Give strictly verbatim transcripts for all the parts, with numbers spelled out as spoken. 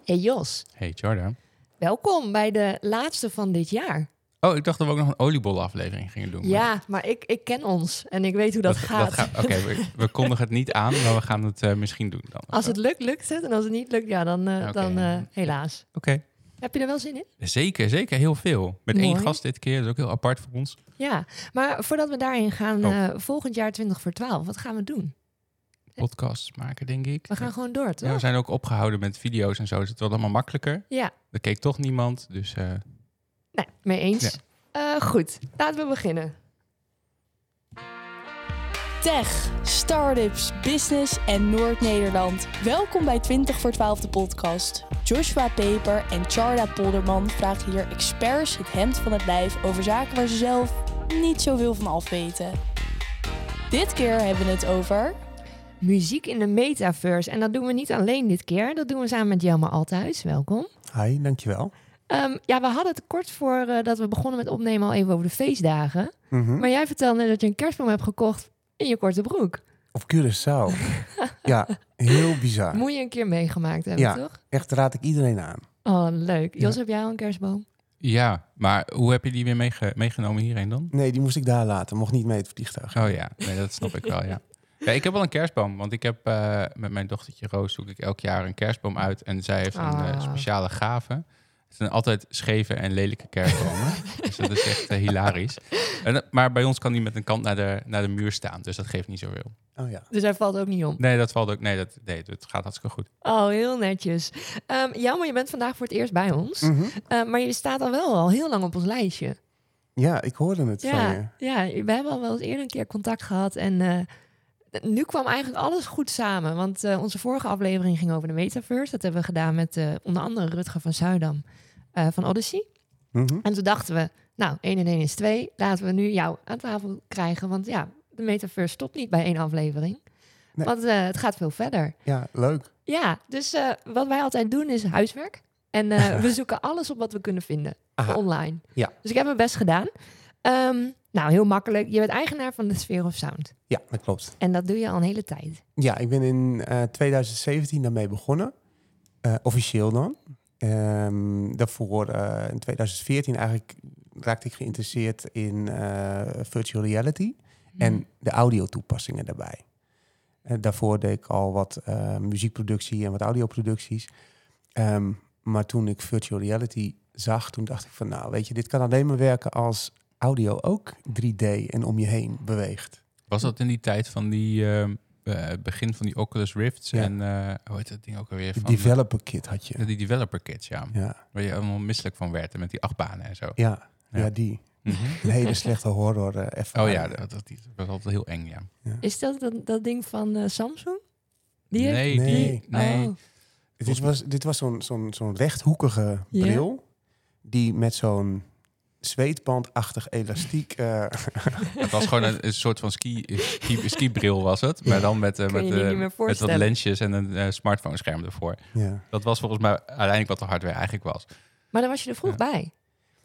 Hey Jos. Hey Jordan. Welkom bij de laatste van dit jaar. Oh, ik dacht dat we ook nog een oliebollenaflevering gingen doen. Ja, maar, maar ik, ik ken ons en ik weet hoe dat, dat gaat. Dat gaat Oké, okay, we, we kondigen het niet aan, maar we gaan het uh, misschien doen dan. Als het lukt, lukt het. En als het niet lukt, ja, dan, uh, okay. dan uh, helaas. Oké. Okay. Heb je er wel zin in? Zeker, zeker. Heel veel. Met Mooi. één gast dit keer. Dat is ook heel apart voor ons. Ja, maar voordat we daarin gaan, oh. uh, volgend jaar twintig voor twaalf, wat gaan we doen? Podcasts maken, denk ik. We gaan gewoon door, toch? Ja, we zijn ook opgehouden met video's en zo. Dus het wordt allemaal makkelijker. Ja. Er keek toch niemand, dus... Uh... Nee, mee eens. Ja. Uh, goed, laten we beginnen. Tech, startups, business en Noord-Nederland. Welkom bij twintig voor twaalf de podcast. Joshua Peper en Charda Polderman vragen hier experts het hemd van het lijf over zaken waar ze zelf niet zoveel van af weten. Dit keer hebben we het over... muziek in de metaverse. En dat doen we niet alleen dit keer. Dat doen we samen met Jelmer Althuis. Welkom. Hi, dankjewel. Um, ja, we hadden het kort voor uh, dat we begonnen met opnemen al even over de feestdagen. Mm-hmm. Maar jij vertelde dat je een kerstboom hebt gekocht in je korte broek. Op Curaçao. Ja, heel bizar. Moet je een keer meegemaakt hebben, ja, toch? Echt raad ik iedereen aan. Oh, leuk. Jos, ja. heb jij al een kerstboom? Ja, maar hoe heb je die weer meege- meegenomen hierheen dan? Nee, die moest ik daar laten. Mocht niet mee het vliegtuig. Oh ja, nee, dat snap ik wel, ja. Ja, ik heb wel een kerstboom, want ik heb uh, met mijn dochtertje Roos zoek ik elk jaar een kerstboom uit. En zij heeft Ah. een uh, speciale gave. Het zijn altijd scheve en lelijke kerstbomen. Dus dat is echt uh, hilarisch. En, maar bij ons kan die met een kant naar de, naar de muur staan, dus dat geeft niet zoveel. Oh ja. Dus hij valt ook niet om? Nee, dat valt ook. Nee, dat, nee, dat gaat hartstikke goed. Oh, heel netjes. Um, Jelmer, je bent vandaag voor het eerst bij ons. Mm-hmm. Uh, maar je staat al wel al heel lang op ons lijstje. Ja, ik hoorde het ja, van je. Ja, we hebben al wel eens eerder een keer contact gehad en... Uh, Nu kwam eigenlijk alles goed samen, want uh, onze vorige aflevering ging over de metaverse. Dat hebben we gedaan met uh, onder andere Rutger van Zuidam uh, van Odyssey. Mm-hmm. En toen dachten we, nou, één en één is twee. Laten we nu jou aan tafel krijgen, want ja, de metaverse stopt niet bij één aflevering. Nee. Want uh, het gaat veel verder. Ja, leuk. Ja, dus uh, wat wij altijd doen is huiswerk. En uh, we zoeken alles op wat we kunnen vinden Aha. online. Ja. Dus ik heb mijn best gedaan. Um, Nou, heel makkelijk. Je bent eigenaar van de Sphere of Sound. Ja, dat klopt. En dat doe je al een hele tijd. Ja, ik ben in uh, twintig zeventien daarmee begonnen. Uh, officieel dan. Um, daarvoor uh, in twintig veertien eigenlijk raakte ik geïnteresseerd in uh, virtual reality. Hmm. En de audio toepassingen daarbij. Uh, daarvoor deed ik al wat uh, muziekproductie en wat audioproducties. Um, maar toen ik virtual reality zag, toen dacht ik van nou, weet je, dit kan alleen maar werken als audio ook drie D en om je heen beweegt. Was dat in die tijd van die uh, uh, begin van die Oculus Rifts ja. en uh, hoe heet dat ding ook alweer? De van developer kit had je. De, die developer kits, ja. ja. Waar je allemaal misselijk van werd en met die achtbanen en zo. Ja, ja. ja die. Mm-hmm. Een hele slechte horror uh, ervaring. Oh ja, dat, dat, dat was altijd heel eng, ja. ja. Is dat, dat dat ding van uh, Samsung? Die nee, heeft... nee. nee. nee. Oh. Dit was, dit was zo'n, zo'n, zo'n rechthoekige bril yeah. die met zo'n zweetbandachtig elastiek. Uh... Het was gewoon een, een soort van ski, ski, skibril was het. Ja. Maar dan met, uh, met, uh, met wat lensjes en een uh, smartphone scherm ervoor. Ja. Dat was volgens mij uiteindelijk wat de hardware eigenlijk was. Maar dan was je er vroeg ja. bij.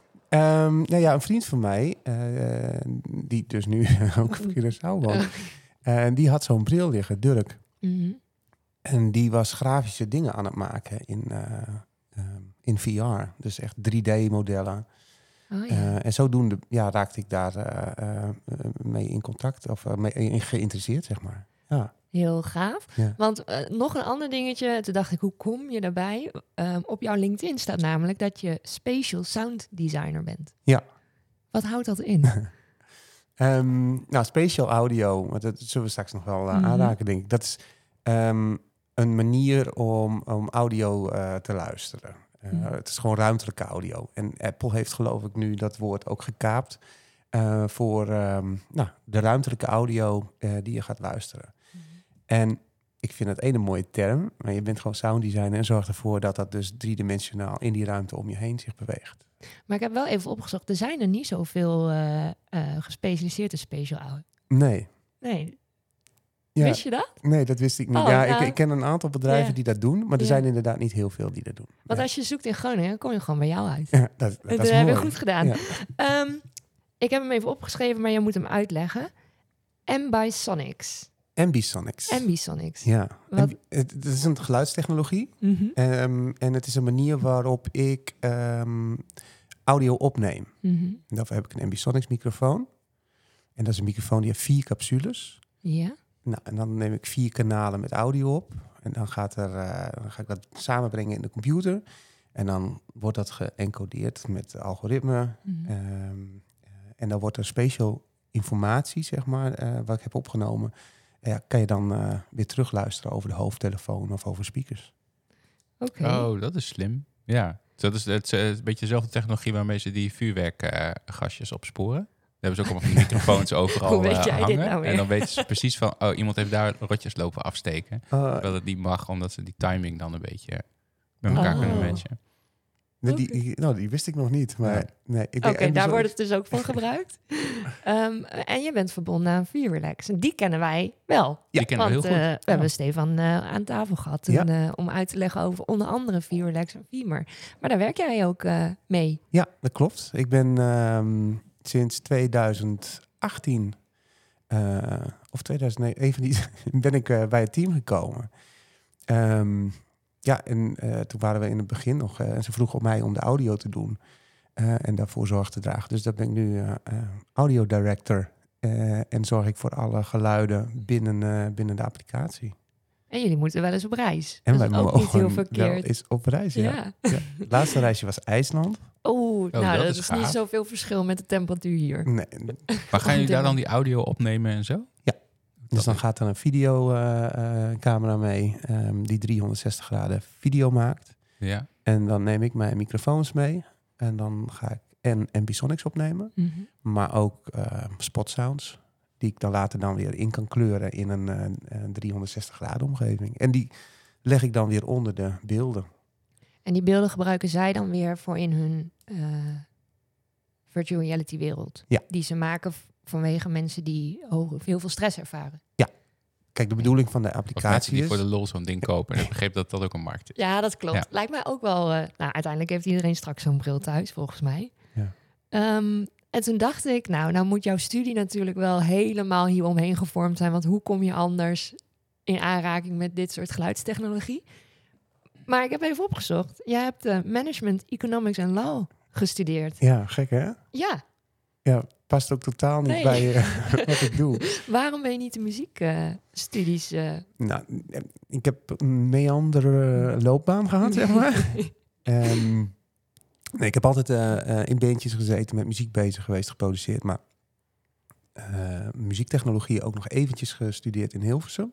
Um, nou ja, een vriend van mij, uh, die dus nu ook op Curaçao woont, uh, die had zo'n bril liggen, Dirk. Mm-hmm. En die was grafische dingen aan het maken in, uh, uh, in V R. Dus echt drie D-modellen. Oh, ja. uh, en zodoende ja, raakte ik daar uh, uh, mee in contact of uh, mee in geïnteresseerd, zeg maar. Ja. Heel gaaf. Ja. Want uh, nog een ander dingetje. Toen dacht ik, hoe kom je daarbij? Uh, op jouw LinkedIn staat namelijk dat je spatial sound designer bent. Ja. Wat houdt dat in? um, nou, spatial audio, want dat zullen we straks nog wel uh, mm-hmm. aanraken, denk ik. Dat is um, een manier om, om audio uh, te luisteren. Uh, mm. Het is gewoon ruimtelijke audio. En Apple heeft geloof ik nu dat woord ook gekaapt uh, voor um, nou, de ruimtelijke audio uh, die je gaat luisteren. Mm. En ik vind het een een mooie term, maar je bent gewoon sounddesigner en zorg ervoor dat dat dus driedimensionaal in die ruimte om je heen zich beweegt. Maar ik heb wel even opgezocht, er zijn er niet zoveel uh, uh, gespecialiseerd in spatial audio. Nee. Nee. Ja. Wist je dat? Nee, dat wist ik niet. Oh, ja, nou, ik, ik ken een aantal bedrijven ja. die dat doen, maar er ja. zijn inderdaad niet heel veel die dat doen. Want ja. als je zoekt in Groningen, kom je gewoon bij jou uit. Ja, dat, dat, dat is heb je mooi. goed gedaan. Ja. Um, ik heb hem even opgeschreven, maar je moet hem uitleggen. Ambisonics. Ambisonics. Ambisonics. Ja, Wat? Ambi- het, het is een geluidstechnologie. Mhm. Um, en het is een manier waarop ik um, audio opneem. Mhm. En daarvoor heb ik een Ambisonics microfoon. En dat is een microfoon die heeft vier capsules. Ja. Nou, en dan neem ik vier kanalen met audio op. En dan, gaat er, uh, dan ga ik dat samenbrengen in de computer. En dan wordt dat geëncodeerd met algoritme. Mhm. Um, uh, en dan wordt er special informatie, zeg maar, uh, wat ik heb opgenomen. Uh, ja, kan je dan uh, weer terugluisteren over de hoofdtelefoon of over speakers. Oké. Oh, dat is slim. Ja, dat is het, is een beetje dezelfde technologie waarmee ze die vuurwerkgasjes uh, opsporen. Daar hebben ze ook allemaal van die microfoons overal Hoe weet uh, jij dit hangen. nou weer? En dan weten ze precies van, oh, iemand heeft daar rotjes lopen afsteken. Uh, Terwijl het niet mag, omdat ze die timing dan een beetje met elkaar Oh. kunnen matchen. nee, die, Oké. die, nou, die wist ik nog niet. Maar Ja. nee, ik Oké, denk daar Ambisonics- wordt het dus ook voor gebruikt. Um, en je bent verbonden aan ViewRelax. En die kennen wij wel. Die kennen we Want heel goed. uh, we hebben Stefan uh, aan tafel gehad toen, Ja. uh, om uit te leggen over onder andere ViewRelax en Viemer. Maar daar werk jij ook uh, mee. Ja, dat klopt. Ik ben um, sinds tweeduizend achttien uh, of tweeduizend negen, even niet, ben ik uh, bij het team gekomen. Um, ja, en uh, toen waren we in het begin nog, uh, en ze vroegen op mij om de audio te doen uh, en daarvoor zorg te dragen. Dus dat ben ik nu uh, uh, audio director uh, en zorg ik voor alle geluiden binnen, uh, binnen de applicatie. En jullie moeten wel eens op reis. En dat wij is ook niet mogen heel wel verkeerd. eens op reis, ja. Ja. Ja. Het laatste reisje was IJsland. Oeh, nou, dat dat is is gaaf. niet zoveel verschil met de temperatuur hier. Nee, Maar gaan jullie daar dan die audio opnemen en zo? dus dan gaat er een videocamera uh, uh, mee um, die driehonderdzestig graden video maakt. Ja. En dan neem ik mijn microfoons mee. En dan ga ik en Ambisonics opnemen. Mhm. Maar ook uh, spot sounds. Die ik dan later dan weer in kan kleuren in een, uh, een driehonderdzestig graden omgeving. En die leg ik dan weer onder de beelden. En die beelden gebruiken zij dan weer voor in hun uh, virtual reality wereld. Ja. Die ze maken v- vanwege mensen die hoge, heel veel stress ervaren. Kijk, de bedoeling van de Of mensen applicatie die is... voor de lol zo'n ding kopen. En ik begreep dat dat ook een markt is. Ja, dat klopt. Ja. Lijkt mij ook wel... Uh, nou, uiteindelijk heeft iedereen straks zo'n bril thuis, volgens mij. Ja. Um, en toen dacht ik, nou, nou moet jouw studie natuurlijk wel helemaal hieromheen gevormd zijn. Want hoe kom je anders in aanraking met dit soort geluidstechnologie? Maar ik heb even opgezocht. Jij hebt uh, Management, Economics en Law gestudeerd. Ja, gek hè? Ja, Ja, past ook totaal niet Nee. bij uh, wat ik doe. waarom ben je niet de muziekstudies... Uh, Nou, ik heb een meandere loopbaan gehad, zeg maar. Um, nee, ik heb altijd uh, uh, in bandjes gezeten, met muziek bezig geweest, geproduceerd. Maar uh, muziektechnologie ook nog eventjes gestudeerd in Hilversum.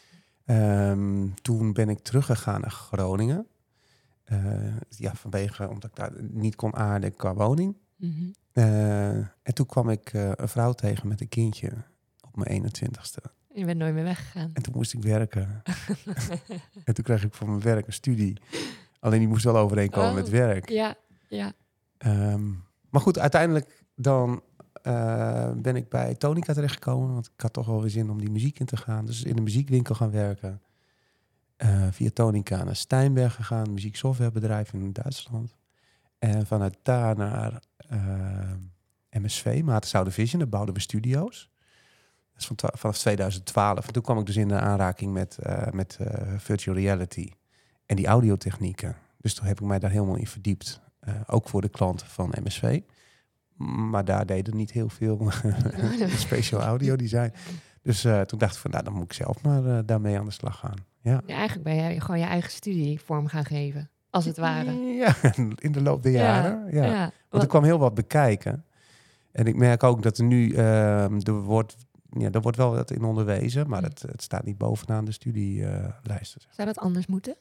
Um, toen ben ik teruggegaan naar Groningen. Uh, ja, vanwege, omdat ik daar niet kon aarden qua woning. mm-hmm. Uh, en toen kwam ik uh, een vrouw tegen met een kindje op mijn eenentwintigste. Je bent nooit meer weggegaan. En toen moest ik werken. En toen kreeg ik voor mijn werk een studie. Alleen die moest wel overeenkomen Oh. met werk. Ja, ja. Um, maar goed, uiteindelijk dan uh, ben ik bij Tonica terechtgekomen. Want ik had toch wel weer zin om die muziek in te gaan. Dus in de muziekwinkel gaan werken. Uh, via Tonica naar Steinberg gegaan. Muzieksoftwarebedrijf in Duitsland. En vanuit daar naar uh, M S V, Maarten Vision. Daar bouwden we studio's. Dat is van twa- vanaf tweeduizend twaalf. En toen kwam ik dus in de aanraking met, uh, met uh, virtual reality. En die audiotechnieken. Dus toen heb ik mij daar helemaal in verdiept. Uh, ook voor de klanten van M S V. Maar daar deden niet heel veel special audio design. Dus uh, toen dacht ik van, nou, dan moet ik zelf maar uh, daarmee aan de slag gaan. Ja. Ja, eigenlijk ben jij gewoon je eigen studie vorm gaan geven. Als het ware. Ja, in de loop der jaren. Ja. ja. Want Wat- er kwam heel wat bekijken. En ik merk ook dat er nu, uh, er, wordt, ja, er wordt wel wat in onderwezen. Maar het, het staat niet bovenaan de studielijsten. Zou dat anders moeten?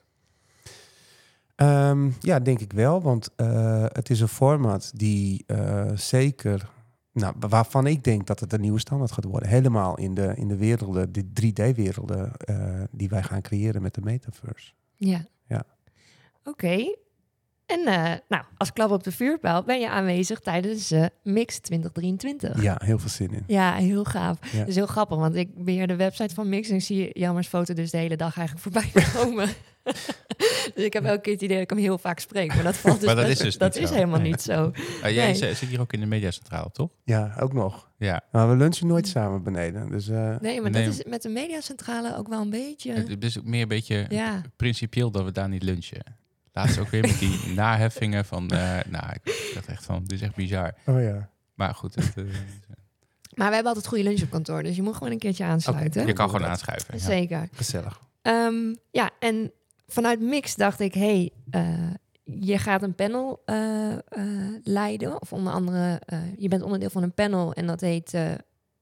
Um, ja, denk ik wel. Want uh, het is een format die uh, zeker... Nou, waarvan ik denk dat het een nieuwe standaard gaat worden. Helemaal in de, in de werelden, de drie D-werelden... Uh, die wij gaan creëren met de metaverse. Ja. Ja. Oké. Okay. En uh, nou, als klap op de vuurpijl ben je aanwezig tijdens uh, Mix twintig drieëntwintig. Ja, heel veel zin in. Ja, heel gaaf. Ja. Dat is heel grappig, want ik beheer de website van Mix... en ik zie Jammers foto dus de hele dag eigenlijk voorbij komen. Dus ik heb elke keer het idee dat ik hem heel vaak spreek. Maar dat valt dus Maar dat best- is dus dat niet is zo. helemaal Nee. niet zo. Uh, jij Nee. z- zit hier ook in de mediacentrale, toch? Ja, ook nog. Ja. Maar we lunchen nooit samen beneden. Dus eh, Nee, maar Nee. dat is met de mediacentrale ook wel een beetje... Het is ook meer een beetje Ja. principieel dat we daar niet lunchen. Laatst ook weer met die naheffingen van... Uh, nou, ik dacht echt van, dit is echt bizar. oh ja. Maar goed, het, uh, Maar we hebben altijd goede lunch op kantoor. Dus je moet gewoon een keertje aansluiten. je kan gewoon aanschuiven. Ja. Zeker. Gezellig. Ehm, ja, en vanuit Mix dacht ik... hey, uh, je gaat een panel uh, uh, leiden. Of onder andere... Uh, je bent onderdeel van een panel en dat heet... Uh,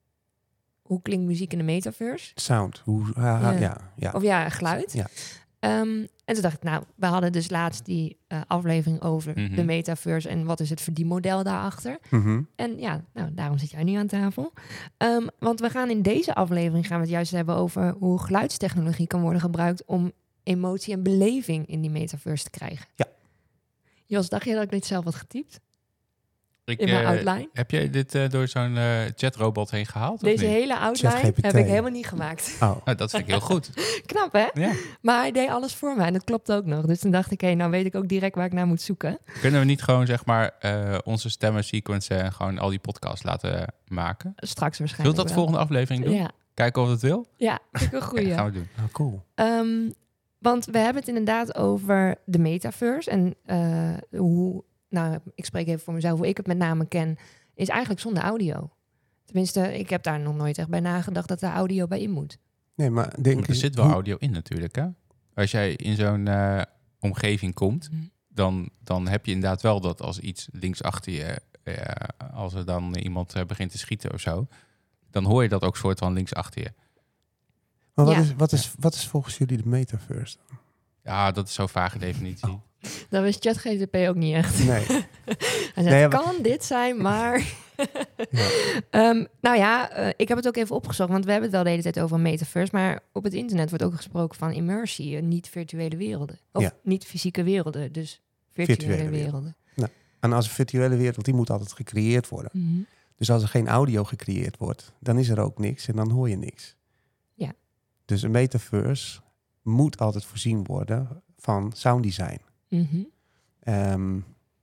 hoe klinkt muziek in de metaverse? Sound. Hoe, uh, ja. Ja. Ja, ja. Of ja, geluid. Ja. Um, en toen dacht ik, nou, we hadden dus laatst die uh, aflevering over Mm-hmm. de metaverse... en wat is het verdienmodel daarachter. Mm-hmm. En ja, nou, daarom zit jij nu aan tafel. Um, want we gaan in deze aflevering gaan we het juist hebben over... hoe geluidstechnologie kan worden gebruikt... om emotie en beleving in die metaverse te krijgen. Ja. Jos, dacht je dat ik dit zelf had getypt? Ik, In mijn uh, outline? Heb jij dit uh, door zo'n uh, chatrobot heen gehaald? Deze of niet? hele outline ChatGPT. heb ik helemaal niet gemaakt. Oh. Nou, dat vind ik heel goed. Knap, hè? Ja. Maar hij deed alles voor mij en dat klopt ook nog. Dus toen dacht ik, hé, hey, nou weet ik ook direct waar ik naar moet zoeken. Kunnen we niet gewoon zeg maar uh, onze stemmen sequencen en gewoon al die podcasts laten maken? Straks Wil waarschijnlijk dat de wel. volgende aflevering doen? Ja, Kijken of het wil? ja, vind ik een goeie. Ja, gaan we doen. Oh, cool. Um, want we hebben het inderdaad over de metaverse. En uh, hoe, nou, ik spreek even voor mezelf, hoe ik het met name ken, is eigenlijk zonder audio. Tenminste, ik heb daar nog nooit echt bij nagedacht dat daar audio bij in moet. Nee, maar denk Er zit wel hoe- audio in natuurlijk, hè? Als jij in zo'n uh, omgeving komt, Mm. dan, dan heb je inderdaad wel dat als iets links achter je, uh, als er dan iemand uh, begint te schieten of zo, dan hoor je dat ook soort van links achter je. Maar wat, Ja. is, wat, is, wat is volgens jullie de metaverse? Ja, dat is zo'n vage definitie. Oh. Dat wist ChatGPT ook niet echt. Nee. Hij zei, Nee, het maar- kan dit zijn, maar... Ja. um, nou ja, uh, ik heb het ook even opgezocht, want we hebben het wel de hele tijd over een metaverse, maar op het internet wordt ook gesproken van immersie, niet virtuele werelden. Of Ja. niet fysieke werelden, dus virtuele, Virtuele werelden. werelden. En als een virtuele wereld, die moet altijd gecreëerd worden. Mm-hmm. Dus als er geen audio gecreëerd wordt, dan is er ook niks en dan hoor je niks. Ja. Dus een metaverse moet altijd voorzien worden van sounddesign. Mm-hmm. Um,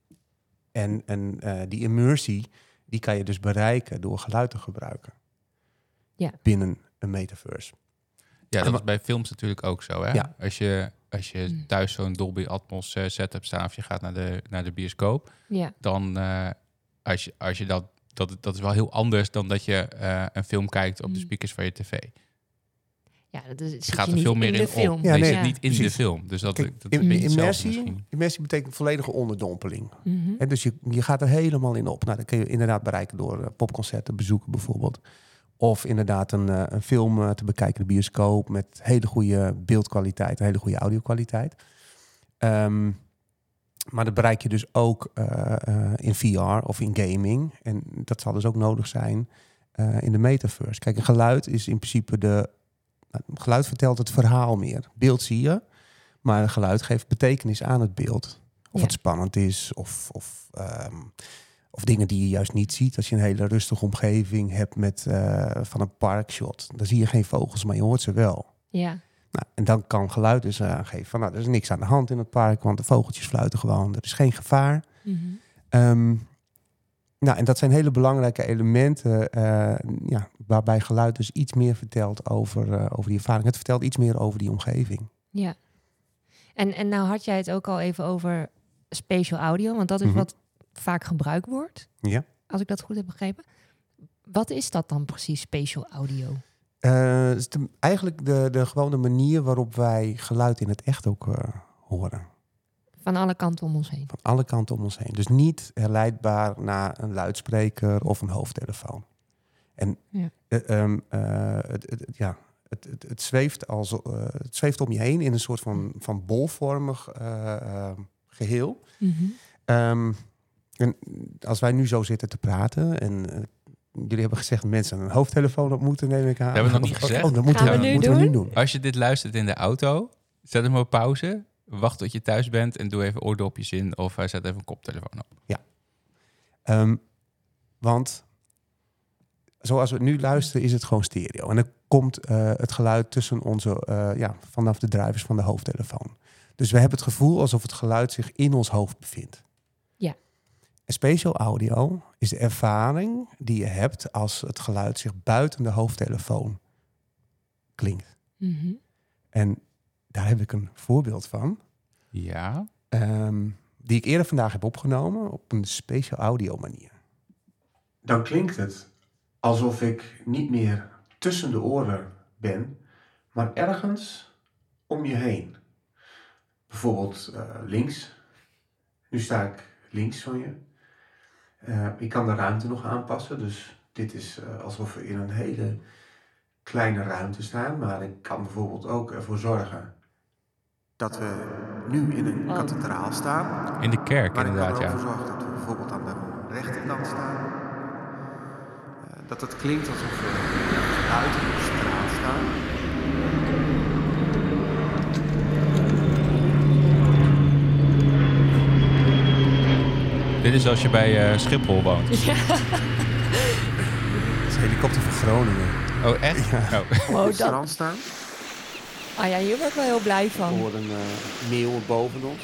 en en uh, die immersie, die kan je dus bereiken door geluid te gebruiken. Ja. Binnen een metaverse. Ja, dat maar- is bij films natuurlijk ook zo, hè? Ja. Als je, als je Mm. thuis zo'n Dolby Atmos uh, setup staan of je gaat naar de, naar de bioscoop, Ja. dan uh, als je, als je dat, dat, dat is wel heel anders dan dat je uh, een film kijkt op de Mm. speakers van je tv. Ja, dat is, Je zit gaat je er niet veel meer in in, de op. film. Ja, je nee, zit niet in de precies. film. Dus dat, Kijk, dat im- is niet hetzelfde immersie, misschien. immersie betekent volledige onderdompeling. Mm-hmm. He, dus je, je gaat er helemaal in op. Nou, dat kun je inderdaad bereiken door uh, popconcerten bezoeken bijvoorbeeld. Of inderdaad een, uh, een film uh, te bekijken in de bioscoop met hele goede beeldkwaliteit, hele goede audiokwaliteit. Um, maar dat bereik je dus ook uh, uh, in V R of in gaming. En dat zal dus ook nodig zijn uh, in de metaverse. Kijk, een geluid is in principe de... Nou, geluid vertelt het verhaal meer. Beeld zie je, maar een geluid geeft betekenis aan het beeld. Of Ja. het spannend is, of, of, um, of dingen die je juist niet ziet. Als je een hele rustige omgeving hebt met uh, van een parkshot, dan zie je geen vogels, maar je hoort ze wel. Ja. Nou, en dan kan geluid dus aangeven van, nou, er is niks aan de hand in het park, want de vogeltjes fluiten gewoon. Er is geen gevaar. Mm-hmm. Um, nou, en dat zijn hele belangrijke elementen, uh, ja, waarbij geluid dus iets meer vertelt over, uh, over die ervaring. Het vertelt iets meer over die omgeving. Ja. En, en nou had jij het ook al even over spatial audio, want dat is Mhm. wat vaak gebruikt wordt, Ja. als ik dat goed heb begrepen. Wat is dat dan precies, spatial audio? Uh, het is de, eigenlijk de, de gewone manier waarop wij geluid in het echt ook uh, horen. Van alle kanten om ons heen. Van alle kanten om ons heen. Dus niet herleidbaar naar een luidspreker of een hoofdtelefoon. En Ja. uh, um, uh, het, het, het- ja, het, het, het, zweeft als, uh, het zweeft om je heen in een soort van, van bolvormig uh, uh, geheel. Mm-hmm. Um, en als wij nu zo zitten te praten en uh, jullie hebben gezegd dat mensen een hoofdtelefoon op moeten, neem ik aan. Dat hebben we nog niet Oh, gezegd. Oh, dat moeten Gaan we, we nu moeten we doen? nu doen. Als je dit luistert in de auto, zet hem op pauze. Wacht tot je thuis bent en doe even oordopjes in of uh, zet even een koptelefoon op. Um, want zoals we het nu luisteren is het gewoon stereo. En dan komt uh, het geluid tussen onze, uh, ja, vanaf de drivers van de hoofdtelefoon. Dus we hebben het gevoel alsof het geluid zich in ons hoofd bevindt. Ja. En spatial audio is de ervaring die je hebt als het geluid zich buiten de hoofdtelefoon klinkt. Mm-hmm. En daar heb ik een voorbeeld van. Ja. Um, die ik eerder vandaag heb opgenomen op een spatial audio manier. Dan klinkt het alsof ik niet meer tussen de oren ben, maar ergens om je heen. Bijvoorbeeld uh, links. Nu sta ik links van je. Uh, ik kan de ruimte nog aanpassen, dus dit is uh, alsof we in een hele kleine ruimte staan, maar ik kan bijvoorbeeld ook ervoor zorgen dat we nu in een kathedraal staan. In de kerk, maar inderdaad, ik kan er ook ja. voor zorgen dat we bijvoorbeeld aan de rechterkant staan. Uh, dat het klinkt alsof we buiten op de straat staan. Dit is als je bij uh, Schiphol woont. Ja. Dat is een helikopter van Groningen. Oh, echt? Ja. Oh. Wow, Op het dat... strand staan. Ah ja, hier word ik wel heel blij We van. horen een uh, meeuw boven ons.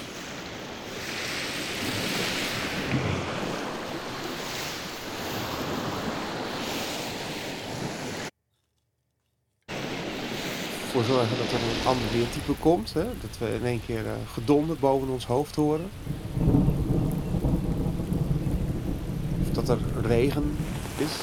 Voor zorgen dat er een ander weertype komt. Hè? Dat we in één keer uh, gedonder boven ons hoofd horen. Of dat er regen is.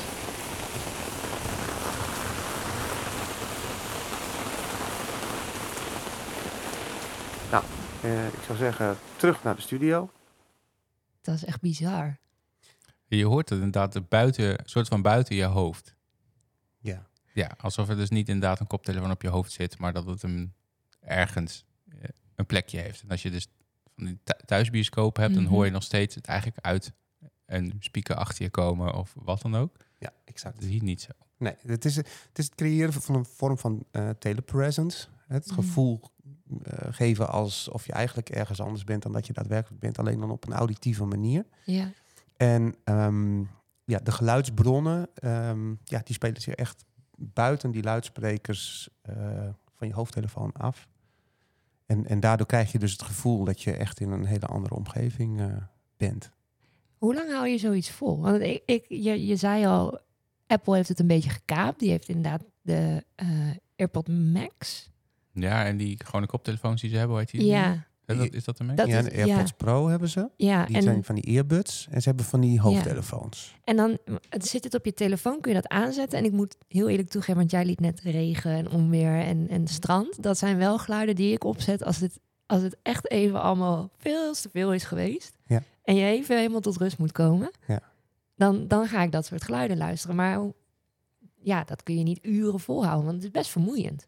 Nou, uh, ik zou zeggen, terug naar de studio. Dat is echt bizar. Je hoort het inderdaad buiten, soort van buiten je hoofd. Ja. Ja, alsof er dus niet inderdaad een koptelefoon op je hoofd zit, maar dat het een, ergens een plekje heeft. En als je dus van die thuisbioscoop hebt, mm-hmm. dan hoor je nog steeds het eigenlijk uit een speaker achter je komen of wat dan ook. Ja, exact. Dat is hier niet zo. Nee, het is, het is het creëren van een vorm van uh, telepresence. Het mm. gevoel uh, geven alsof je eigenlijk ergens anders bent dan dat je daadwerkelijk bent, alleen dan op een auditieve manier. Ja. En um, ja, de geluidsbronnen, um, ja, die spelen zich echt buiten die luidsprekers uh, van je hoofdtelefoon af. En, en daardoor krijg je dus het gevoel dat je echt in een hele andere omgeving uh, bent. Hoe lang hou je zoiets vol? Want ik, ik, je, je zei al, Apple heeft het een beetje gekaapt. Die heeft inderdaad de uh, AirPod Max. Ja, en die gewone koptelefoons die ze hebben, hoe heet die? Ja. Is dat, is dat de Max? Dat ja, de AirPods ja. Pro hebben ze. Ja, die en, zijn van die earbuds. En ze hebben van die hoofdtelefoons. Ja. En dan zit het op je telefoon, kun je dat aanzetten. En ik moet heel eerlijk toegeven, want jij liet net regen en onweer en, en strand. Dat zijn wel geluiden die ik opzet als het, als het echt even allemaal veel te veel is geweest. Ja. En je even helemaal tot rust moet komen. Ja. Dan, dan ga ik dat soort geluiden luisteren. Maar ja, dat kun je niet uren volhouden, want het is best vermoeiend.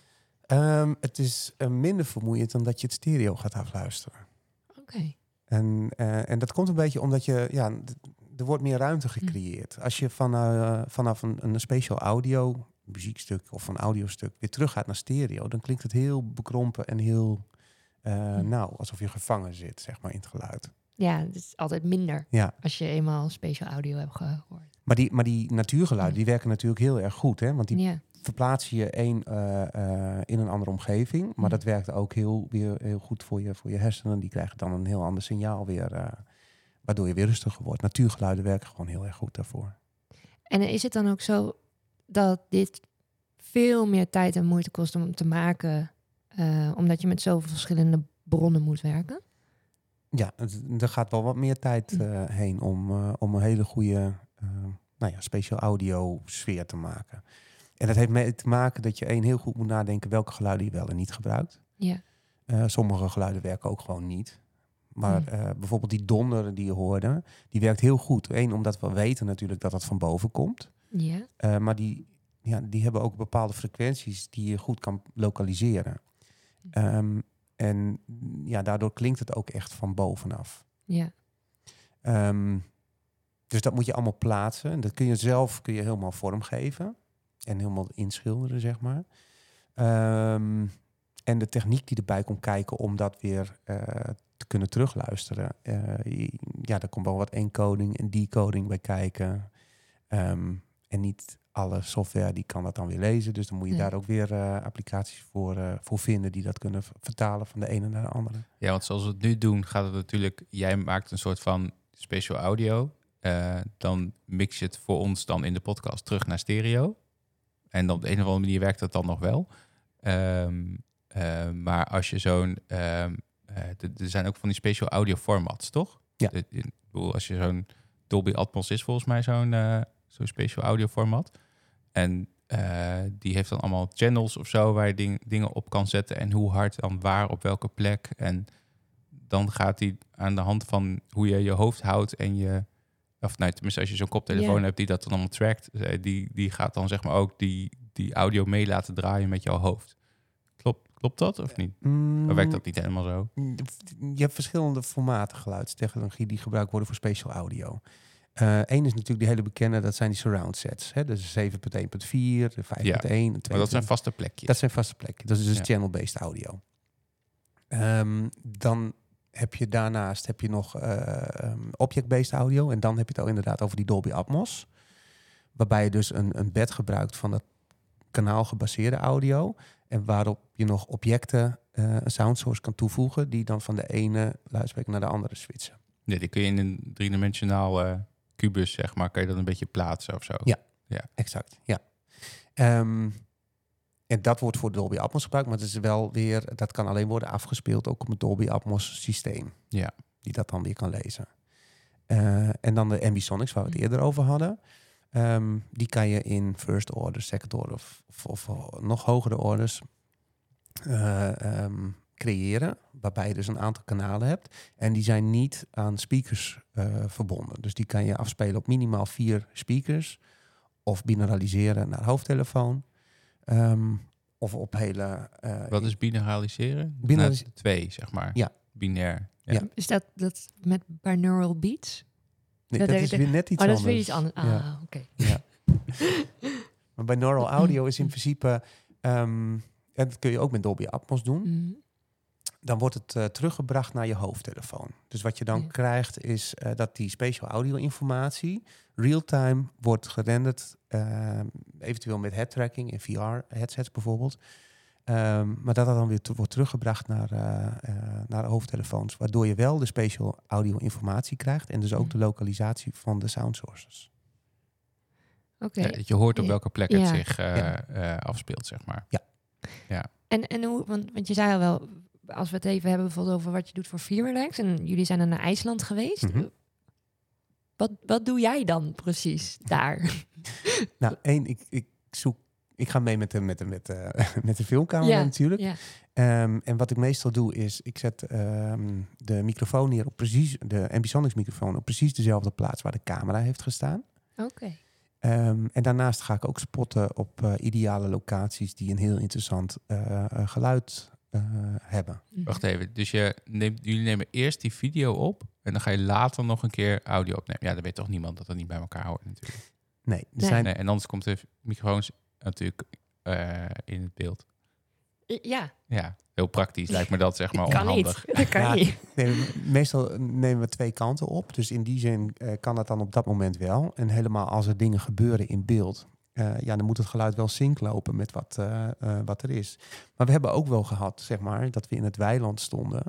Um, het is uh, minder vermoeiend dan dat je het stereo gaat afluisteren. Oké. Okay. En, uh, en dat komt een beetje omdat je, ja, d- er wordt meer ruimte gecreëerd. Mm. Als je van, uh, vanaf een, een spatial audio muziekstuk of een audiostuk weer terug gaat naar stereo, dan klinkt het heel bekrompen en heel, uh, mm. nou, alsof je gevangen zit, zeg maar, in het geluid. Ja, het is altijd minder ja. als je eenmaal spatial audio hebt gehoord. Maar die, maar die natuurgeluiden, die werken natuurlijk heel erg goed, hè? Want die ja. verplaatsen je een, uh, uh, in een andere omgeving. Maar mm. dat werkt ook heel, weer heel goed voor je, voor je hersenen. Die krijgen dan een heel ander signaal weer, uh, waardoor je weer rustiger wordt. Natuurgeluiden werken gewoon heel erg goed daarvoor. En is het dan ook zo dat dit veel meer tijd en moeite kost om te maken, uh, omdat je met zoveel verschillende bronnen moet werken? Ja, het, er gaat wel wat meer tijd uh, heen om, uh, om een hele goede uh, nou ja, spatial audio sfeer te maken. En dat heeft mee te maken dat je één heel goed moet nadenken welke geluiden je wel en niet gebruikt. Ja. Uh, sommige geluiden werken ook gewoon niet. Maar uh, bijvoorbeeld die donder die je hoorde, die werkt heel goed. Eén, omdat we weten natuurlijk dat dat van boven komt. Ja. Uh, maar die, ja, die hebben ook bepaalde frequenties die je goed kan lokaliseren. Um, En ja, daardoor klinkt het ook echt van bovenaf. Ja. Um, dus dat moet je allemaal plaatsen. En dat kun je zelf kun je helemaal vormgeven. En helemaal inschilderen, zeg maar. Um, en de techniek die erbij komt kijken om dat weer uh, te kunnen terugluisteren. Uh, ja, daar komt wel wat encoding en decoding bij kijken. Um, en niet alle software die kan dat dan weer lezen. Dus dan moet je Ja. daar ook weer uh, applicaties voor, uh, voor vinden die dat kunnen v- vertalen van de ene naar de andere. Ja, want zoals we het nu doen, gaat het natuurlijk... Jij maakt een soort van special audio. Uh, dan mix je het voor ons dan in de podcast terug naar stereo. En op de een of andere manier werkt dat dan nog wel. Um, uh, maar als je zo'n... Um, uh, d- er zijn ook van die special audio formats, toch? Ja. De, in, bedoel, als je zo'n Dolby Atmos is volgens mij zo'n, uh, zo'n special audio format. En uh, die heeft dan allemaal channels of zo waar je ding, dingen op kan zetten. En hoe hard dan waar, op welke plek. En dan gaat die aan de hand van hoe je je hoofd houdt en je... Of nee, tenminste als je zo'n koptelefoon Yeah. hebt die dat dan allemaal trackt. Die, die gaat dan zeg maar ook die, die audio mee laten draaien met jouw hoofd. Klopt, klopt dat of niet? Mm, Of werkt dat niet helemaal zo? Je hebt verschillende formaten geluidstechnologie die gebruikt worden voor special audio. Eén uh, is natuurlijk die hele bekende, dat zijn die surround sets. Hè? Dus zeven punt één punt vier, de vijf punt één. Ja, maar dat zijn vaste plekjes. Dat zijn vaste plekjes. Dat is dus Ja. channel-based audio. Um, dan heb je daarnaast heb je nog uh, um, object-based audio. En dan heb je het al inderdaad over die Dolby Atmos. Waarbij je dus een, een bed gebruikt van dat kanaalgebaseerde audio. En waarop je nog objecten, uh, een sound source kan toevoegen. Die dan van de ene luidspreker naar de andere switchen. Nee, die kun je in een driedimensionaal uh, kubus, zeg maar, kan je dat een beetje plaatsen of zo. Ja, ja. exact. Ja. Um, en dat wordt voor Dolby Atmos gebruikt, maar het is wel weer, dat kan alleen worden afgespeeld ook op het Dolby Atmos systeem. Ja. Die dat dan weer kan lezen. Uh, en dan de Ambisonics, waar we het eerder over hadden. Um, die kan je in first order, second order of, of, of nog hogere orders uh, um, creëren. Waarbij je dus een aantal kanalen hebt. En die zijn niet aan speakers uh, verbonden. Dus die kan je afspelen op minimaal vier speakers. Of binauraliseren naar hoofdtelefoon. Um, of op hele... Uh, Wat is binauraliseren? Binauralis- nou, twee, zeg maar. Ja. Binair. Ja. Ja. Is dat, dat met binaural beats? Nee, dat dat de, is de, weer net iets oh, anders. dat is weer iets anders. Ah, Ja. oké. Ja. Maar binaural audio is in principe... Um, en dat kun je ook met Dolby Atmos doen. Mm. Dan wordt het uh, teruggebracht naar je hoofdtelefoon. Dus wat je dan Ja. krijgt is uh, dat die special audio informatie real-time wordt gerenderd. Uh, eventueel met head tracking in V R-headsets bijvoorbeeld. Um, maar dat dat dan weer te, wordt teruggebracht naar, uh, uh, naar de hoofdtelefoons. Waardoor je wel de special audio informatie krijgt. En dus ook Mm. de lokalisatie van de sound sources. Oké. Ja, dat je hoort op Ja. welke plek Ja. het zich uh, Ja. uh, afspeelt, zeg maar. Ja. Ja. En, en hoe, want, want je zei al wel, als we het even hebben bijvoorbeeld over wat je doet voor ViewRelax. En jullie zijn dan naar IJsland geweest. Mm-hmm. Wat, wat doe jij dan precies daar? Nou, één, ik, ik zoek... Ik ga mee met de, met de, met de, met de filmcamera Ja, natuurlijk. Ja. Um, en wat ik meestal doe is, ik zet um, de microfoon neer op precies, de Ambisonics microfoon op precies dezelfde plaats waar de camera heeft gestaan. Oké. Okay. Um, en daarnaast ga ik ook spotten op uh, ideale locaties die een heel interessant uh, geluid uh, hebben. Wacht even, dus je neemt, jullie nemen eerst die video op en dan ga je later nog een keer audio opnemen. Ja, dan weet toch niemand dat dat niet bij elkaar hoort natuurlijk. Nee, er Nee. zijn... Nee, en anders komt de microfoons natuurlijk uh, in het beeld. Ja. Ja, heel praktisch lijkt me dat, zeg maar, Kan onhandig. niet. Dat kan Ja, niet. Nee, meestal nemen we twee kanten op. Dus in die zin uh, kan dat dan op dat moment wel. En helemaal als er dingen gebeuren in beeld... Uh, ja, dan moet het geluid wel sync lopen met wat, uh, uh, wat er is. Maar we hebben ook wel gehad, zeg maar, dat we in het weiland stonden.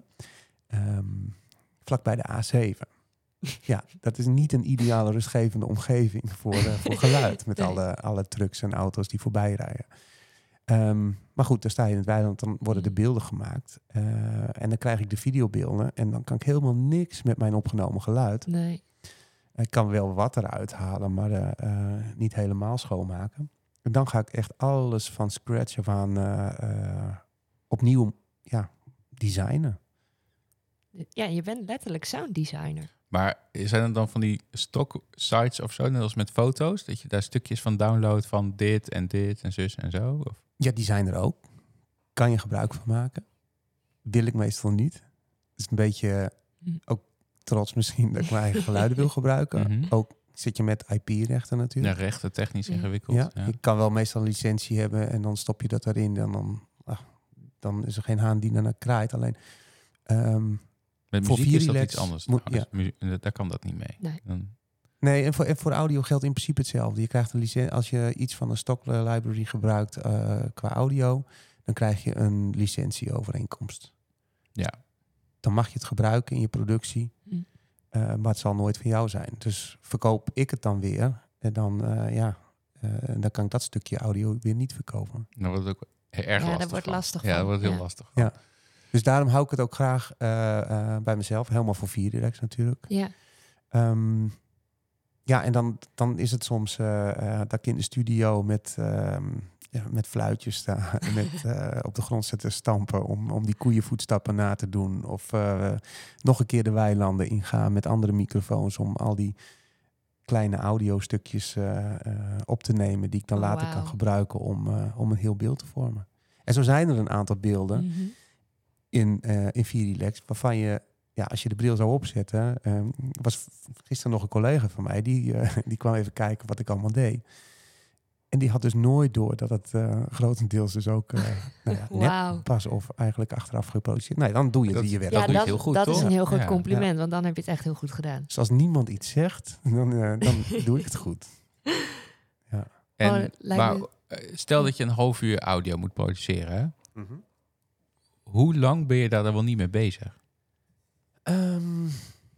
Um, vlakbij de A zeven. Ja, dat is niet een ideale rustgevende omgeving voor, uh, voor geluid. Met nee. alle, alle trucks en auto's die voorbij rijden. Um, maar goed, dan sta je in het weiland, dan worden de beelden gemaakt. Uh, en dan krijg ik de videobeelden. En dan kan ik helemaal niks met mijn opgenomen geluid. Nee. Ik kan wel wat eruit halen, maar uh, uh, niet helemaal schoonmaken. En dan ga ik echt alles van scratch af aan uh, uh, opnieuw ja, designen. Ja, je bent letterlijk sounddesigner. Maar zijn er dan van die stock sites of zo, net als met foto's, dat je daar stukjes van downloadt van dit en dit en zus en zo? Of? Ja, die zijn er ook. Kan je gebruik van maken. Wil ik meestal niet. Het is een beetje hm. ook trots misschien dat ik mijn eigen geluiden wil gebruiken. Mm-hmm. Ook zit je met I P-rechten natuurlijk. Ja, rechten technisch ja. ingewikkeld. Ja, ja, je kan wel meestal een licentie hebben en dan stop je dat erin. En dan, ach, dan is er geen haan die naar kraait. Alleen... Um, Met voor muziek is dat relax, iets anders. Moet, ja. Muziek, daar kan dat niet mee. Nee. Dan... Nee, en voor, en voor audio geldt in principe hetzelfde. Je krijgt een licentie als je iets van een stock library gebruikt uh, qua audio, dan krijg je een licentieovereenkomst. Ja. Dan mag je het gebruiken in je productie, Hm. uh, maar het zal nooit van jou zijn. Dus verkoop ik het dan weer en dan, uh, ja, uh, dan kan ik dat stukje audio weer niet verkopen. Dan wordt het ook erg Ja, lastig. dat wordt van. lastig Ja, van. dat wordt heel Ja. lastig. Ja. Dus daarom hou ik het ook graag uh, uh, bij mezelf, helemaal voor Virilex natuurlijk. Ja. Um, ja, en dan, dan is het soms uh, uh, dat ik in de studio met, um, ja, met fluitjes sta, met uh, op de grond zitten stampen om, om die koeienvoetstappen na te doen. Of uh, nog een keer de weilanden ingaan met andere microfoons om al die kleine audiostukjes uh, uh, op te nemen die ik dan Oh, later wow. kan gebruiken om, uh, om een heel beeld te vormen. En zo zijn er een aantal beelden Mm-hmm. in, uh, in Virilex waarvan je, ja, als je de bril zou opzetten, um, was gisteren nog een collega van mij, die, uh, die kwam even kijken wat ik allemaal deed. En die had dus nooit door dat het uh, grotendeels dus ook uh, nou ja, net Wauw. pas of eigenlijk achteraf geproduceerd. Nee, dan doe je Dat- het je werk. Ja, doe je dat, heel goed, dat toch? is een heel groot Ja. compliment, want dan heb je het echt heel goed gedaan. Dus als niemand iets zegt, dan, uh, dan doe ik het goed. En, Oh, lijkt maar me- eh, stel dat je een half uur audio moet produceren. Hè? Mm-hmm. Hoe lang ben je daar dan wel niet mee bezig? Um,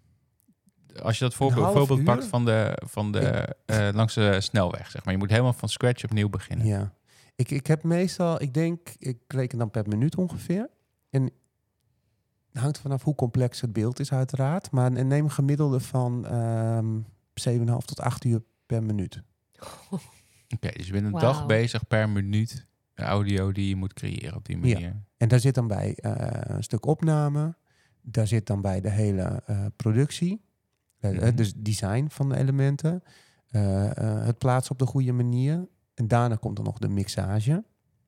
Als je dat Een voorbeeld, half voorbeeld uur? pakt van de, van de, eh, langs de snelweg, zeg maar. Je moet helemaal van scratch opnieuw beginnen. ja, ik, ik heb meestal, ik denk, ik reken dan per minuut ongeveer. En het hangt vanaf hoe complex het beeld is uiteraard. Maar neem een gemiddelde van um, zeven komma vijf tot acht uur per minuut. Oké, dus je bent een Wauw. dag bezig per minuut de audio die je moet creëren op die manier. En daar zit dan bij uh, een stuk opname. Daar zit dan bij de hele uh, productie. Uh, Mhm. Dus design van de elementen. Uh, uh, het plaatsen op de goede manier. En daarna komt er nog de mixage.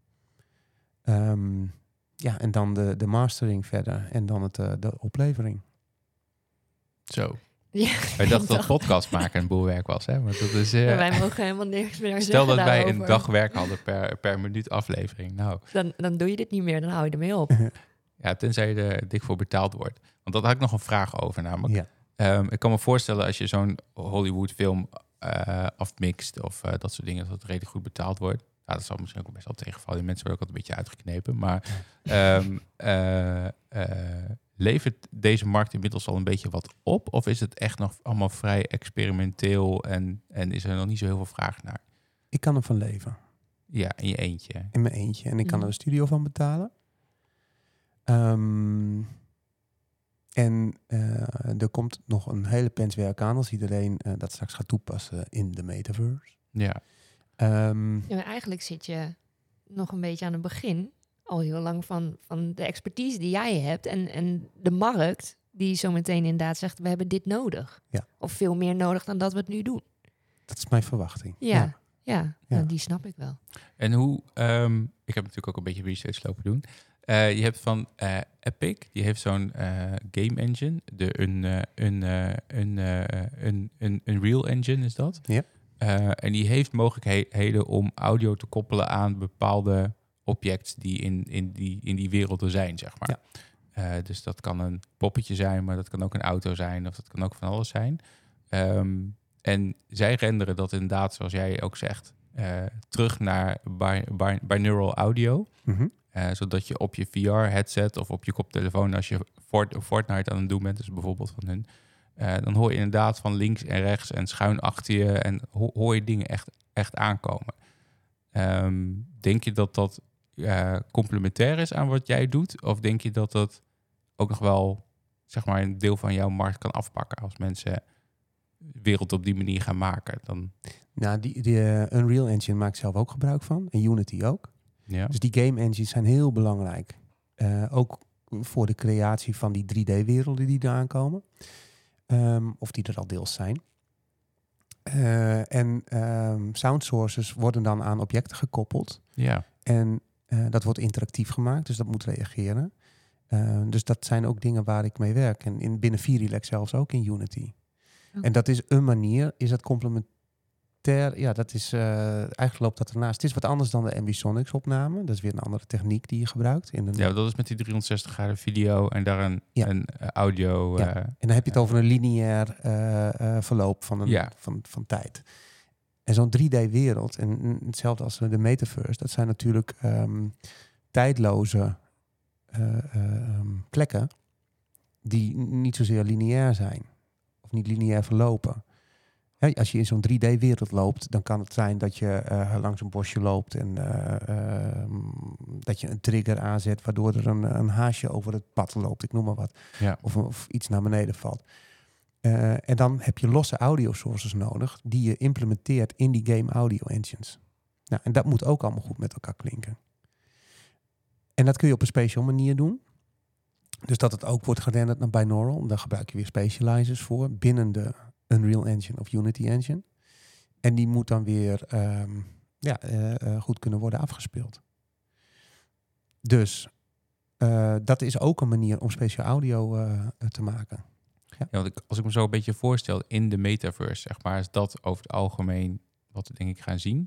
Um, ja, en dan de, de mastering verder. En dan het, uh, de oplevering. Zo. Ja, Wij dachten dat toch. podcast maken een boel werk was, hè? Maar dat is, eh, Maar wij mogen helemaal niks meer stel zeggen dat wij daarover. een dag werk hadden per, per minuut aflevering. Nou, Dan, dan doe je dit niet meer, dan hou je ermee op. ja, tenzij je er dik voor betaald wordt. Want dat had ik nog een vraag over namelijk. Ja. Um, ik kan me voorstellen als je zo'n Hollywood film uh, afmixt of uh, dat soort dingen, dat het redelijk goed betaald wordt. Ja, dat zal misschien ook best wel tegenvallen. Die mensen worden ook altijd een beetje uitgeknepen. Maar um, uh, uh, levert deze markt inmiddels al een beetje wat op? Of is het echt nog allemaal vrij experimenteel en, en is er nog niet zo heel veel vraag naar? Ik kan ervan leven. Ja, in je eentje. In mijn eentje. En ik kan Mhm. er een studio van betalen. Um, en uh, er komt nog een hele pens werk aan als iedereen uh, dat straks gaat toepassen in de metaverse. Ja. Um, Ja, maar eigenlijk zit je nog een beetje aan het begin, al heel lang, van, van de expertise die jij hebt. En, en de markt die zo meteen inderdaad zegt, we hebben dit nodig. Ja. Of veel meer nodig dan dat we het nu doen. dat is mijn verwachting. Ja, ja. ja. Ja. Nou, die snap ik wel. En hoe, um, ik heb natuurlijk ook een beetje research lopen doen. Uh, je hebt van uh, Epic, die heeft zo'n uh, game engine, de een, uh, een, uh, een, uh, een, een, een Unreal engine is dat. Ja. Uh, en die heeft mogelijkheden om audio te koppelen aan bepaalde objecten die in, in, die, in die werelden zijn, zeg maar. Ja. Uh, dus dat kan een poppetje zijn, maar dat kan ook een auto zijn of dat kan ook van alles zijn. Um, en zij renderen dat inderdaad, zoals jij ook zegt, uh, terug naar bi- bi- binaural audio. Mm-hmm. Uh, zodat je op je V R-headset of op je koptelefoon, als je Fort- Fortnite aan het doen bent, dus bijvoorbeeld van hun, uh, dan hoor je inderdaad van links en rechts en schuin achter je en ho- hoor je dingen echt, echt aankomen. Um, denk je dat dat uh, complementair is aan wat jij doet? Of denk je dat dat ook nog wel, zeg maar, een deel van jouw markt kan afpakken als mensen wereld op die manier gaan maken? Dan... Nou, die, die uh, Unreal Engine maakt zelf ook gebruik van. En Unity ook. Ja. Dus die game engines zijn heel belangrijk. Uh, ook voor de creatie van die drie D-werelden die eraan komen. Um, of die er al deels zijn. Uh, en um, sound sources worden dan aan objecten gekoppeld. Ja. En uh, dat wordt interactief gemaakt, dus dat moet reageren. Uh, dus dat zijn ook dingen waar ik mee werk. En in, binnen Virilex zelfs ook in Unity. Okay. En dat is een manier, is dat complementair Ter, ja, dat is uh, eigenlijk loopt dat ernaast. Het is wat anders dan de Ambisonics opname. Dat is weer een andere techniek die je gebruikt. In een... Ja, dat is met die driehonderdzestig graden video en daar een, ja. een uh, audio. Ja. Uh, en dan heb je het over een lineair uh, uh, verloop van, een, ja. van, van tijd. En zo'n drie D-wereld, en hetzelfde als de metaverse, dat zijn natuurlijk um, tijdloze uh, uh, um, plekken die niet zozeer lineair zijn. Of niet lineair verlopen. Ja, als je in zo'n drie D-wereld loopt, dan kan het zijn dat je uh, langs een bosje loopt en uh, uh, dat je een trigger aanzet waardoor er een, een haasje over het pad loopt, ik noem maar wat. Ja. Of, of iets naar beneden valt. Uh, en dan heb je losse audio sources nodig die je implementeert in die game audio engines. Nou, en dat moet ook allemaal goed met elkaar klinken. En dat kun je op een special manier doen. Dus dat het ook wordt gerenderd naar binaural. Daar gebruik je weer specializers voor binnen de Unreal Engine of Unity Engine. En die moet dan weer um, ja, uh, uh, goed kunnen worden afgespeeld. Dus uh, dat is ook een manier om special audio uh, te maken. Ja. Ja, want ik, als ik me zo een beetje voorstel in de metaverse, zeg maar, is dat over het algemeen wat we denk ik gaan zien.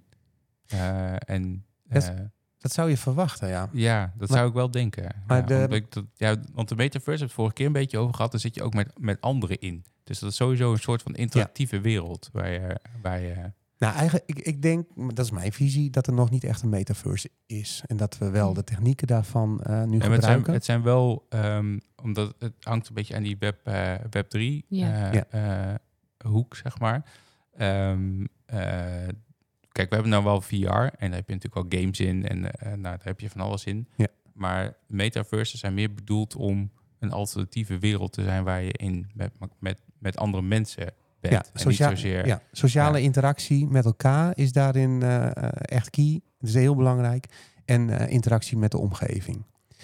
Uh, en uh, dat, dat zou je verwachten, ja. Ja, dat maar, zou ik wel denken. Maar ja, de, omdat ik dat, ja, want de metaverse heb ik het vorige keer een beetje over gehad. Daar zit je ook met, met anderen in. Dus dat is sowieso een soort van interactieve ja. wereld waar je, waar je... Nou, eigenlijk, ik, ik denk, dat is mijn visie, dat er nog niet echt een metaverse is. En dat we wel de technieken daarvan uh, nu ja, gebruiken. Het zijn, het zijn wel, um, omdat het hangt een beetje aan die web, uh, web drie ja. Uh, ja. uh, hoek, zeg maar. Um, uh, kijk, we hebben nou wel V R en daar heb je natuurlijk al games in en uh, nou, daar heb je van alles in. Ja. Maar metaverses zijn meer bedoeld om een alternatieve wereld te zijn waar je in met, met, met andere mensen bent. Ja, en socia- niet zozeer, ja, sociale ja. interactie met elkaar is daarin uh, echt key. Dat is heel belangrijk. En uh, interactie met de omgeving.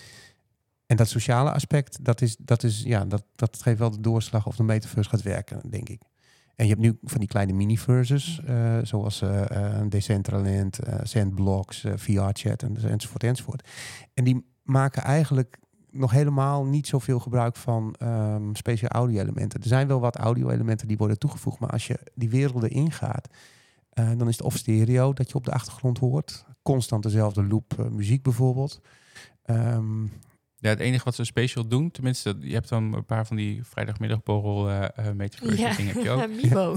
En dat sociale aspect, dat, is, dat, is, ja, dat, dat geeft wel de doorslag of de metaverse gaat werken, denk ik. En je hebt nu van die kleine mini-verses, uh, zoals uh, uh, Decentraland, uh, Sandblocks, uh, V R-chat en, enzovoort, enzovoort. En die maken eigenlijk nog helemaal niet zoveel gebruik van um, speciale audio-elementen. Er zijn wel wat audio-elementen die worden toegevoegd, maar als je die werelden ingaat, uh, dan is het of stereo dat je op de achtergrond hoort, constant dezelfde loop uh, muziek bijvoorbeeld. Um, Ja, het enige wat ze special doen, tenminste, je hebt dan een paar van die vrijdagmiddagborrel uh, uh, metaverse ja. dingen heb je ook. Mibo.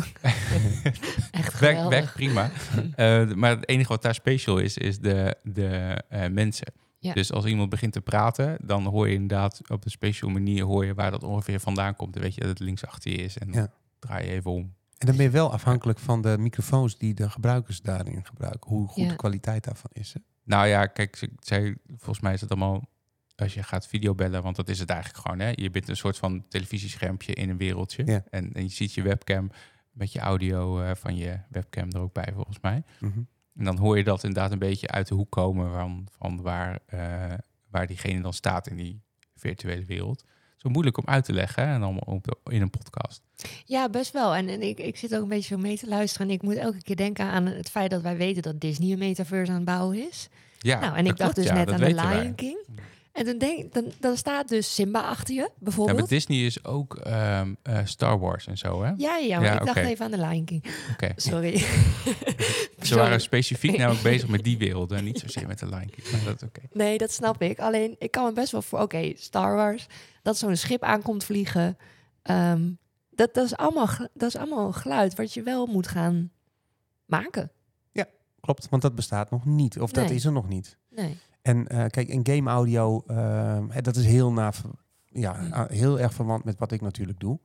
Echt geweldig. Werkt werk prima. uh, maar het enige wat daar special is, is de, de uh, mensen. Ja. Dus als iemand begint te praten, dan hoor je inderdaad op een special manier hoor je waar dat ongeveer vandaan komt. Dan weet je dat het links achter je is en dan ja. draai je even om. En dan ben je wel afhankelijk van de microfoons die de gebruikers daarin gebruiken. Hoe goed ja. de kwaliteit daarvan is. Hè? Nou ja, kijk, ik zei, volgens mij is het allemaal... Als je gaat videobellen, want dat is het eigenlijk gewoon. Hè? Je bent een soort van televisieschermpje in een wereldje. Ja. En, en je ziet je webcam met je audio uh, van je webcam er ook bij, volgens mij. Mm-hmm. En dan hoor je dat inderdaad een beetje uit de hoek komen van, van waar, uh, waar diegene dan staat in die virtuele wereld. Zo moeilijk om uit te leggen hè? En dan op, in een podcast. Ja, best wel. En, en ik, ik zit ook een beetje zo mee te luisteren. En ik moet elke keer denken aan het feit dat wij weten dat Disney een metaverse aan het bouwen is. Ja, nou, en ik dacht klopt, dus ja, net aan de Lion wij. King. En dan, denk, dan, dan staat dus Simba achter je, bijvoorbeeld. Ja, maar Disney is ook um, uh, Star Wars en zo, hè? Ja, ja, maar ja, ik dacht okay. even aan de Lion King. Okay. Sorry. Ze Sorry. waren specifiek namelijk bezig met die wereld en niet zozeer met de Lion King. Maar dat is oké. Okay. Nee, dat snap ik. Alleen, ik kan me best wel voor... Oké, okay, Star Wars, dat zo'n schip aankomt vliegen. Um, dat, dat, is allemaal, dat is allemaal geluid wat je wel moet gaan maken. Ja, klopt. Want dat bestaat nog niet. Of nee. dat is er nog niet. Nee. En uh, kijk, in game audio, uh, dat is heel, na, ja, mm. heel erg verwant met wat ik natuurlijk doe.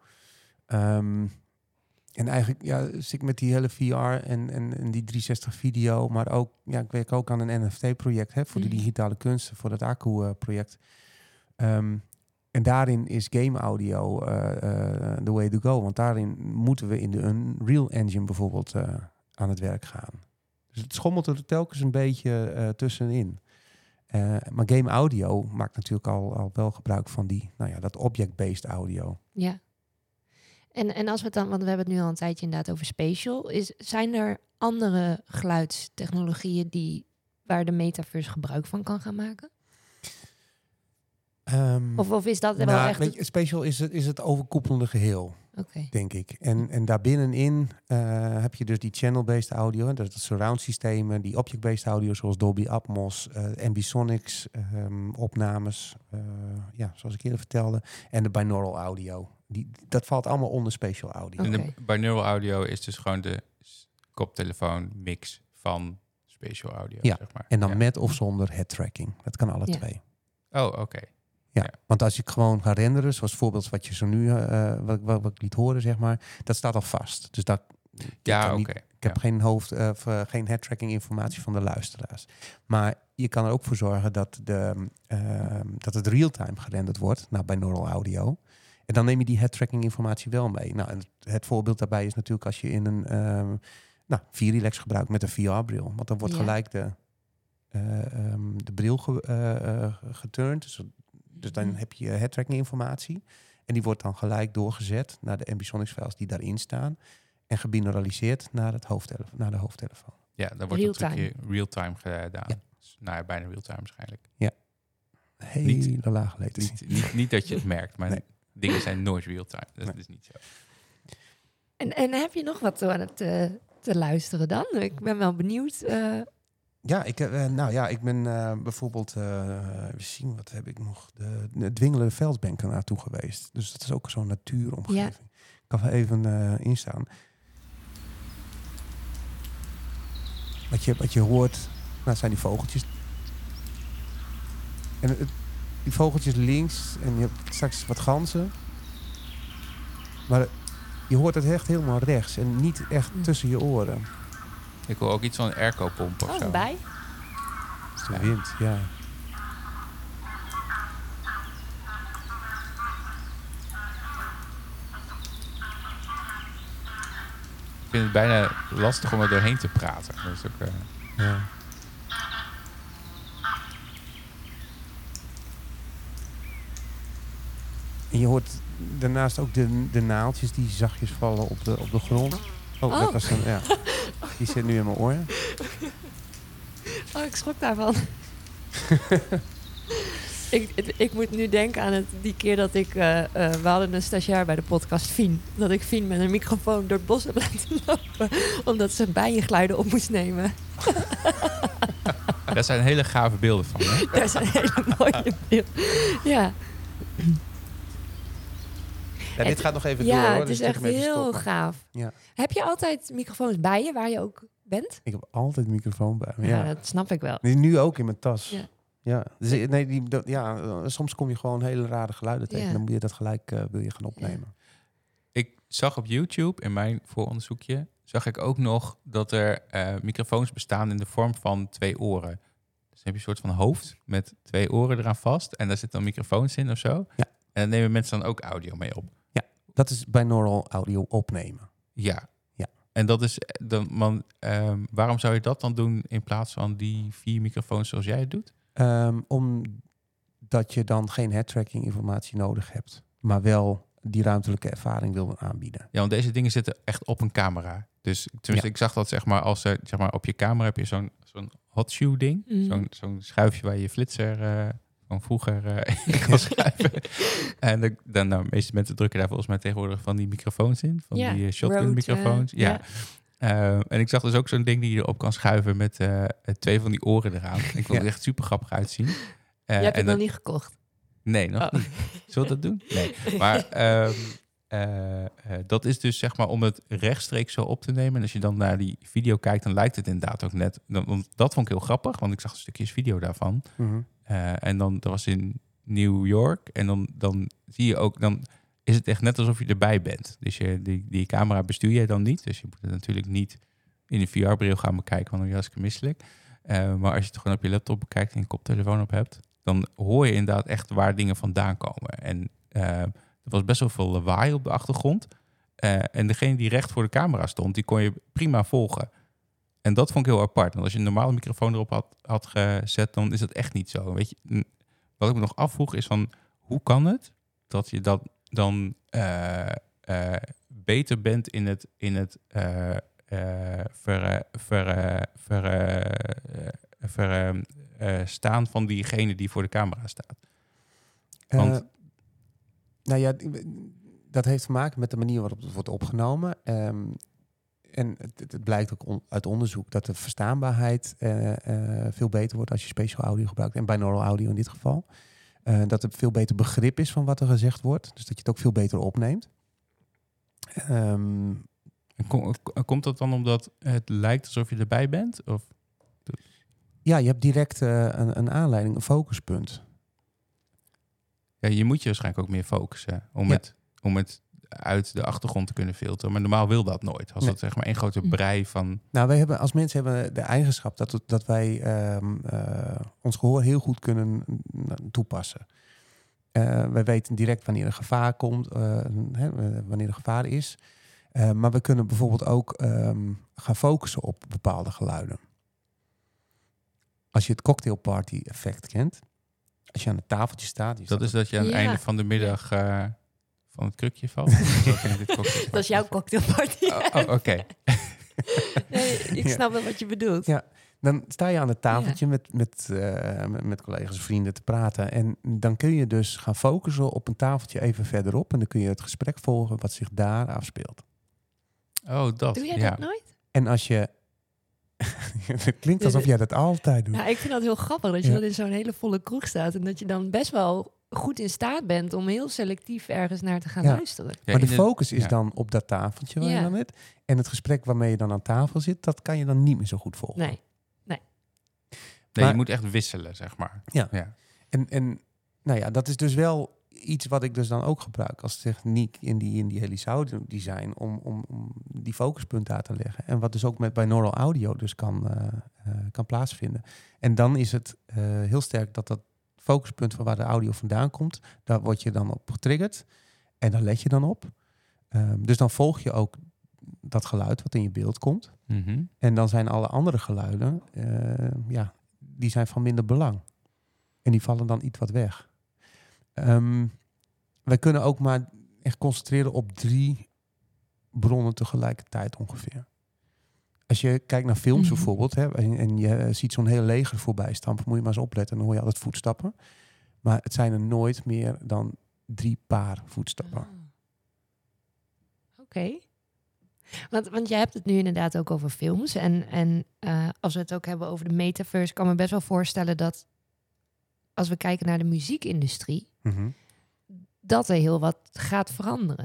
Um, en eigenlijk ja, zit ik met die hele V R en, en, en die driehonderdzestig video, maar ook, ja, ik werk ook aan een N F T-project hè, voor mm. de digitale kunsten, voor dat Aku-project. Um, en daarin is game audio uh, uh, the way to go, want daarin moeten we in de Unreal Engine bijvoorbeeld uh, aan het werk gaan. Dus het schommelt er telkens een beetje uh, tussenin. Uh, maar game audio maakt natuurlijk al, al wel gebruik van die, nou ja, dat object-based audio. Ja. En, en als we het dan, want we hebben het nu al een tijdje inderdaad over spatial, is, zijn er andere geluidstechnologieën die, waar de metaverse gebruik van kan gaan maken? Um, of, of is dat nou, wel echt... Weet je, spatial is het, is het overkoepelende geheel. Oké. denk ik. En, en daarbinnenin uh, heb je dus die channel-based audio, dus dat surround systemen, die object-based audio zoals Dolby Atmos, uh, Ambisonics, um, opnames, uh, ja, zoals ik eerder vertelde, en de binaural audio. Die, dat valt allemaal onder spatial audio. Okay. En de binaural audio is dus gewoon de koptelefoon mix van spatial audio, ja. zeg maar. En dan ja. met of zonder head tracking. Dat kan alle ja. twee. Oh, oké. Okay. Ja, ja, want als ik gewoon ga renderen, zoals voorbeeld wat je zo nu, uh, wat, wat, wat ik liet horen, zeg maar, dat staat al vast. Dus dat. Ja, oké. Okay. Ik heb ja. geen hoofd, uh, of, uh, geen head tracking informatie van de luisteraars. Maar je kan er ook voor zorgen dat, de, uh, dat het real-time gerenderd wordt naar binaural audio. En dan neem je die head tracking informatie wel mee. Nou, en het, het voorbeeld daarbij is natuurlijk als je in een um, nou, V-Relax gebruikt met een V R-bril. Want dan wordt ja. gelijk de, uh, um, de bril ge, uh, uh, geturnd. Dus, dus dan heb je head tracking informatie. En die wordt dan gelijk doorgezet naar de Ambisonics files die daarin staan. En gebinauraliseerd naar, het hoofdtelefoon, naar de hoofdtelefoon. Ja, dan wordt het stukje real-time gedaan. Ja. Nou ja, bijna real-time waarschijnlijk. Ja. Hele niet, lage latency. Niet, niet, niet dat je het merkt, maar nee. dingen zijn nooit real-time. Dat nee. is niet zo. En, en heb je nog wat aan het te, te luisteren dan? Ik ben wel benieuwd. Uh... Ja, ik, uh, nou ja, ik ben uh, bijvoorbeeld, uh, we zien, wat heb ik nog? De, de Dwingele Veldbank naartoe geweest. Dus dat is ook zo'n natuuromgeving. Ja. Ik kan er even uh, instaan. Wat je, wat je hoort, nou, zijn die vogeltjes. En het, die vogeltjes links en je hebt straks wat ganzen. Maar je hoort het echt helemaal rechts en niet echt mm. tussen je oren. Ik hoor ook iets van een airco-pomp of oh, zo. Een bij? Dat is de ja. wind, ja. Ik vind het bijna lastig om er doorheen te praten. Dat is ook... Uh... Ja. En je hoort daarnaast ook de, de naaltjes die zachtjes vallen op de, op de grond. Oh, oh. Dat was een, ja. Die zit nu in mijn oor. Oh, ik schrok daarvan. ik, het, ik moet nu denken aan het, die keer dat ik... Uh, uh, we hadden een stagiair bij de podcast, Fien. Dat ik Fien met een microfoon door het bos heb laten lopen. Omdat ze bijengeluiden op moest nemen. Daar zijn hele gave beelden van, hè? Daar zijn hele mooie beelden. Ja. Ja, dit gaat nog even ja, door, hoor. Het is dus echt heel gaaf. Ja. Heb je altijd microfoons bij je, waar je ook bent? Ik heb altijd een microfoon bij me. Ja, ja, dat snap ik wel. Nu ook in mijn tas. Ja. Ja, dus, nee, die, dat, ja, soms kom je gewoon hele rare geluiden tegen. Ja. Dan moet je dat gelijk uh, wil je gaan opnemen. Ja. Ik zag op YouTube, in mijn vooronderzoekje, zag ik ook nog dat er uh, microfoons bestaan in de vorm van twee oren. Dus dan heb je een soort van hoofd met twee oren eraan vast. En daar zitten dan microfoons in of zo. Ja. En dan nemen mensen dan ook audio mee op. Ja, dat is binaural audio opnemen. Ja. Ja. En dat is dan, man, um, waarom zou je dat dan doen in plaats van die vier microfoons zoals jij het doet? Um, omdat je dan geen headtracking informatie nodig hebt, maar wel die ruimtelijke ervaring wil aanbieden. Ja, want deze dingen zitten echt op een camera. Dus tenminste, ja. ik zag dat zeg maar als er zeg maar op je camera heb je zo'n zo'n hot shoe ding, mm. zo'n zo'n schuifje waar je flitser uh, van vroeger uh, in kan schuiven. En de, dan nou, de meeste mensen drukken daar volgens mij tegenwoordig van die microfoons in, van ja, die uh, shotgun microfoons. Uh, ja. ja. Uh, en ik zag dus ook zo'n ding die je erop kan schuiven met uh, twee van die oren eraan. Ik vond het ja. echt super grappig uitzien. Uh, je hebt het nog niet gekocht? Nee, nog oh. niet. Zullen we dat doen? Nee. Maar um, uh, uh, dat is dus zeg maar om het rechtstreeks zo op te nemen. En als je dan naar die video kijkt, dan lijkt het inderdaad ook net. Dan, want dat vond ik heel grappig, want ik zag stukjes video daarvan. Mm-hmm. Uh, en dan, dat was in New York. En dan, dan zie je ook, dan is het echt net alsof je erbij bent. Dus je, die, die camera bestuur je dan niet. Dus je moet het natuurlijk niet in een V R-bril gaan bekijken, want dan is het misselijk. Uh, maar als je het gewoon op je laptop bekijkt en een koptelefoon op hebt, dan hoor je inderdaad echt waar dingen vandaan komen. En uh, er was best wel veel lawaai op de achtergrond. Uh, en degene die recht voor de camera stond, die kon je prima volgen. En dat vond ik heel apart. Want als je een normale microfoon erop had, had gezet, dan is dat echt niet zo. Weet je, wat ik me nog afvroeg is van, hoe kan het dat je dat dan uh, uh, beter bent in het, in het uh, uh, ver, ver, ver, uh, ver, uh, uh, staan van diegene die voor de camera staat? Want, uh, nou ja, dat heeft te maken met de manier waarop het wordt opgenomen. Um, en het, het blijkt ook on, uit onderzoek dat de verstaanbaarheid uh, uh, veel beter wordt als je spatial audio gebruikt. En binaural audio in dit geval. Uh, dat er veel beter begrip is van wat er gezegd wordt. Dus dat je het ook veel beter opneemt. Um, en kom, komt dat dan omdat het lijkt alsof je erbij bent? Of? Ja, je hebt direct uh, een, een aanleiding, een focuspunt. Ja, je moet je waarschijnlijk ook meer focussen om, ja. het, om het uit de achtergrond te kunnen filteren. Maar normaal wil dat nooit. Als nee. dat zeg maar één grote brei van... Nou, wij hebben als mensen hebben de eigenschap dat, het, dat wij um, uh, ons gehoor heel goed kunnen toepassen. Uh, wij weten direct wanneer er gevaar komt, uh, hè, wanneer er gevaar is. Uh, maar we kunnen bijvoorbeeld ook um, gaan focussen op bepaalde geluiden. Als je het cocktailparty effect kent, als je aan het tafeltje staat... Dat staat is dat je aan het ja. einde van de middag uh, van het krukje valt. Dat, dat is jouw cocktailparty. Oh, oh, Oké. Okay. Nee, ik snap wel wat je bedoelt. Ja, dan sta je aan het tafeltje ja. met, met, uh, met, met collega's en vrienden te praten. En dan kun je dus gaan focussen op een tafeltje even verderop. En dan kun je het gesprek volgen wat zich daar afspeelt. Oh, dat. Doe jij ja. dat nooit? En als je... Het klinkt alsof jij dat altijd doet. Ja, ik vind dat heel grappig dat je ja. dan in zo'n hele volle kroeg staat. En dat je dan best wel goed in staat bent om heel selectief ergens naar te gaan ja. luisteren. Ja, maar de, de focus is ja. dan op dat tafeltje waar ja. je dan bent. En het gesprek waarmee je dan aan tafel zit, dat kan je dan niet meer zo goed volgen. Nee. Nee. Nee, maar, je moet echt wisselen, zeg maar. Ja. ja. En, en nou ja, dat is dus wel iets wat ik dus dan ook gebruik als techniek in die, in die Helice Audio design om, om, om die focuspunten aan te leggen. En wat dus ook met binaural audio dus kan, uh, uh, kan plaatsvinden. En dan is het uh, heel sterk dat dat focuspunt van waar de audio vandaan komt, daar word je dan op getriggerd. En daar let je dan op. Um, dus dan volg je ook dat geluid wat in je beeld komt. Mm-hmm. En dan zijn alle andere geluiden, uh, ja, die zijn van minder belang. En die vallen dan iets wat weg. Um, wij kunnen ook maar echt concentreren op drie bronnen tegelijkertijd ongeveer. Als je kijkt naar films mm-hmm. bijvoorbeeld, hè, en, en je ziet zo'n heel leger voorbij stampen, moet je maar eens opletten, dan hoor je altijd voetstappen. Maar het zijn er nooit meer dan drie paar voetstappen. Oh. Oké. Okay. Want, want jij hebt het nu inderdaad ook over films. En, en uh, als we het ook hebben over de metaverse, kan me best wel voorstellen dat als we kijken naar de muziekindustrie, mm-hmm. dat er heel wat gaat veranderen.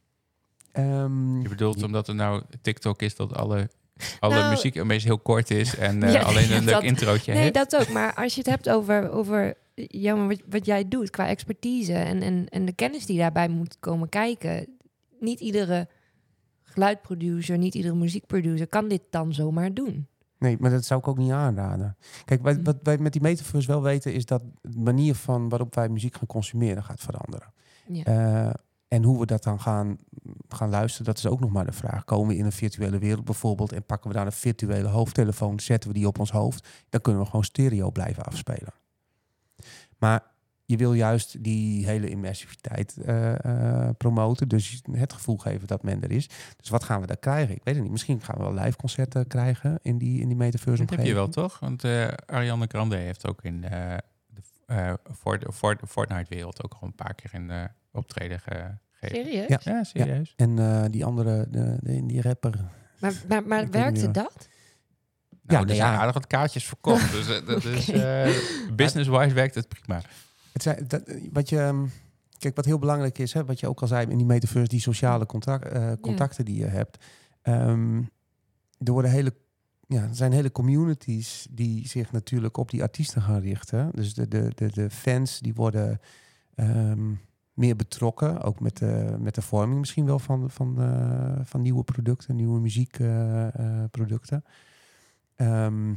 Um, je bedoelt ja. omdat er nou TikTok is dat alle, alle nou, muziek opeens heel kort is en uh, ja, alleen een leuk dat, introotje nee, heeft? Nee, dat ook. Maar als je het hebt over, over ja, maar wat, wat jij doet qua expertise en, en, en de kennis die daarbij moet komen kijken. Niet iedere geluidproducer, niet iedere muziekproducer kan dit dan zomaar doen. Nee, maar dat zou ik ook niet aanraden. Kijk, wat, wat wij met die metaverse wel weten is dat de manier van waarop wij muziek gaan consumeren gaat veranderen. Ja. Uh, en hoe we dat dan gaan, gaan luisteren, dat is ook nog maar de vraag. Komen we in een virtuele wereld bijvoorbeeld en pakken we daar een virtuele hoofdtelefoon, zetten we die op ons hoofd, dan kunnen we gewoon stereo blijven afspelen. Maar je wil juist die hele immersiviteit uh, uh, promoten. Dus het gevoel geven dat men er is. Dus wat gaan we daar krijgen? Ik weet het niet. Misschien gaan we wel live concerten krijgen in die, in die metaverse Dat heb je wel, toch? Want uh, Ariana Grande heeft ook in uh, de uh, Fortnite-wereld ook al een paar keer in de optreden gegeven. Serieus? Ja, ja serieus. Ja. En uh, die andere, de, de, die rapper. Maar, maar, maar werkte dat? Nou, ja, er zijn ja. aardig wat kaartjes verkocht. Dus, uh, dat is, uh, business-wise werkt het prima. Het zijn, dat, wat je, kijk, wat heel belangrijk is, hè, wat je ook al zei in die metaverse, die sociale contact, uh, contacten ja. die je hebt. Um, er worden hele, ja, er zijn hele communities die zich natuurlijk op die artiesten gaan richten. Dus de, de, de, de fans die worden um, meer betrokken, ook met de, met de vorming misschien wel van, van, uh, van nieuwe producten, nieuwe muziekproducten. Uh, uh, um,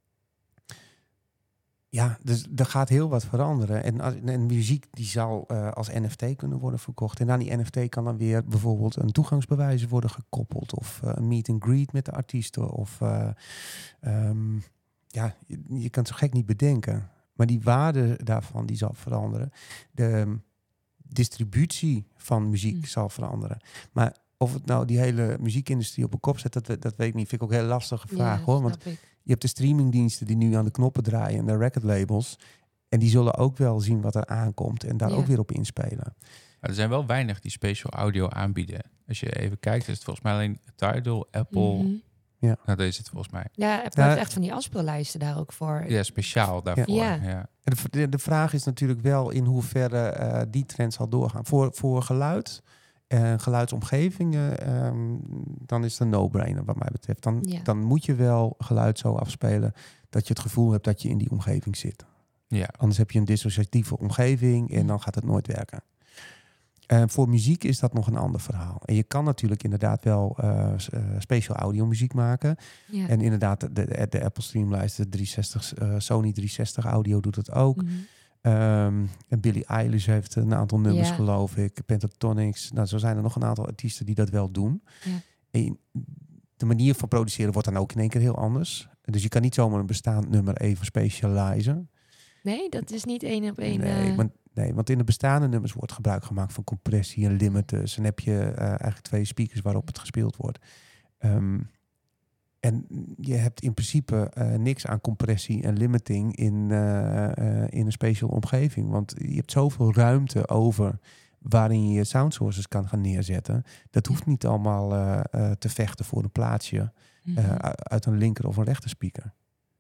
Ja, dus er gaat heel wat veranderen. En, en muziek die zal uh, als N F T kunnen worden verkocht. En aan die N F T kan dan weer bijvoorbeeld een toegangsbewijs worden gekoppeld. Of uh, een meet and greet met de artiesten. Of uh, um, ja, je, je kan het zo gek niet bedenken. Maar die waarde daarvan die zal veranderen. De um, distributie van muziek mm. zal veranderen. Maar of het nou die hele muziekindustrie op een kop zet, dat, dat weet ik niet. Vind ik ook een heel lastige vraag, ja, hoor. Want ik. Je hebt de streamingdiensten die nu aan de knoppen draaien en de recordlabels. En die zullen ook wel zien wat er aankomt en daar ja. ook weer op inspelen. Maar er zijn wel weinig die spatial audio aanbieden. Als je even kijkt, is het volgens mij alleen Tidal, Apple. Mm-hmm. Ja. Nou, dat is het volgens mij. Ja, Apple Ja. heeft echt van die afspeellijsten daar ook voor. Ja, speciaal daarvoor. Ja. Ja. Ja. En de, de, de vraag is natuurlijk wel in hoeverre uh, die trend zal doorgaan. Voor, voor geluid en geluidsomgevingen, um, dan is het een no-brainer wat mij betreft. Dan, Ja. dan moet je wel geluid zo afspelen dat je het gevoel hebt dat je in die omgeving zit. Ja. Anders heb je een dissociatieve omgeving en dan gaat het nooit werken. Uh, voor muziek is dat nog een ander verhaal. En je kan natuurlijk inderdaad wel uh, uh, special audio muziek maken. Ja. En inderdaad, de, de, de Apple Streamlijst, de driehonderdzestig, uh, Sony driehonderdzestig audio doet het ook. Mm-hmm. Um, en Billie Eilish heeft een aantal nummers, Ja. geloof ik. Pentatonix. Nou, zo zijn er nog een aantal artiesten die dat wel doen. Ja. En de manier van produceren wordt dan ook in één keer heel anders. Dus je kan niet zomaar een bestaand nummer even specializen. Nee, dat is niet één op één. Nee, uh... want, nee, want in de bestaande nummers wordt gebruik gemaakt van compressie en limiters. En heb je uh, eigenlijk twee speakers waarop het gespeeld wordt. Um, en je hebt in principe uh, niks aan compressie en limiting in, uh, uh, in een special omgeving. Want je hebt zoveel ruimte over waarin je je sound sources kan gaan neerzetten. Dat hoeft niet allemaal uh, uh, te vechten voor een plaatsje Mm-hmm. uh, uit een linker of een rechter speaker.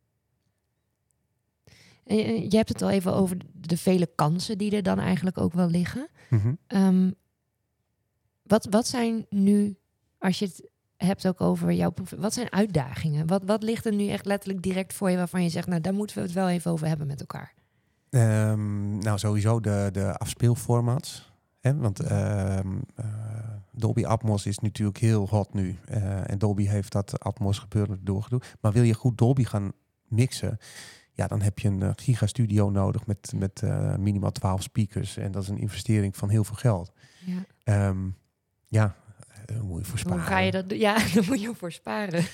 En je, je hebt het al even over de vele kansen die er dan eigenlijk ook wel liggen. Mm-hmm. Um, wat, wat zijn nu, als je het hebt ook over jouw proef, wat zijn uitdagingen? Wat, wat ligt er nu echt letterlijk direct voor je waarvan je zegt, nou, daar moeten we het wel even over hebben met elkaar? Um, nou, sowieso de, de afspeelformats. Hè? Want um, uh, Dolby Atmos is natuurlijk heel hot nu. Uh, en Dolby heeft dat Atmos gebeuren doorgedoen. Maar wil je goed Dolby gaan mixen, ja, dan heb je een uh, gigastudio nodig met, met uh, minimaal twaalf speakers. En dat is een investering van heel veel geld. Ja, Um, ja daar moet je voor sparen. hoe ga je dat doen? Ja, daar moet je voor sparen.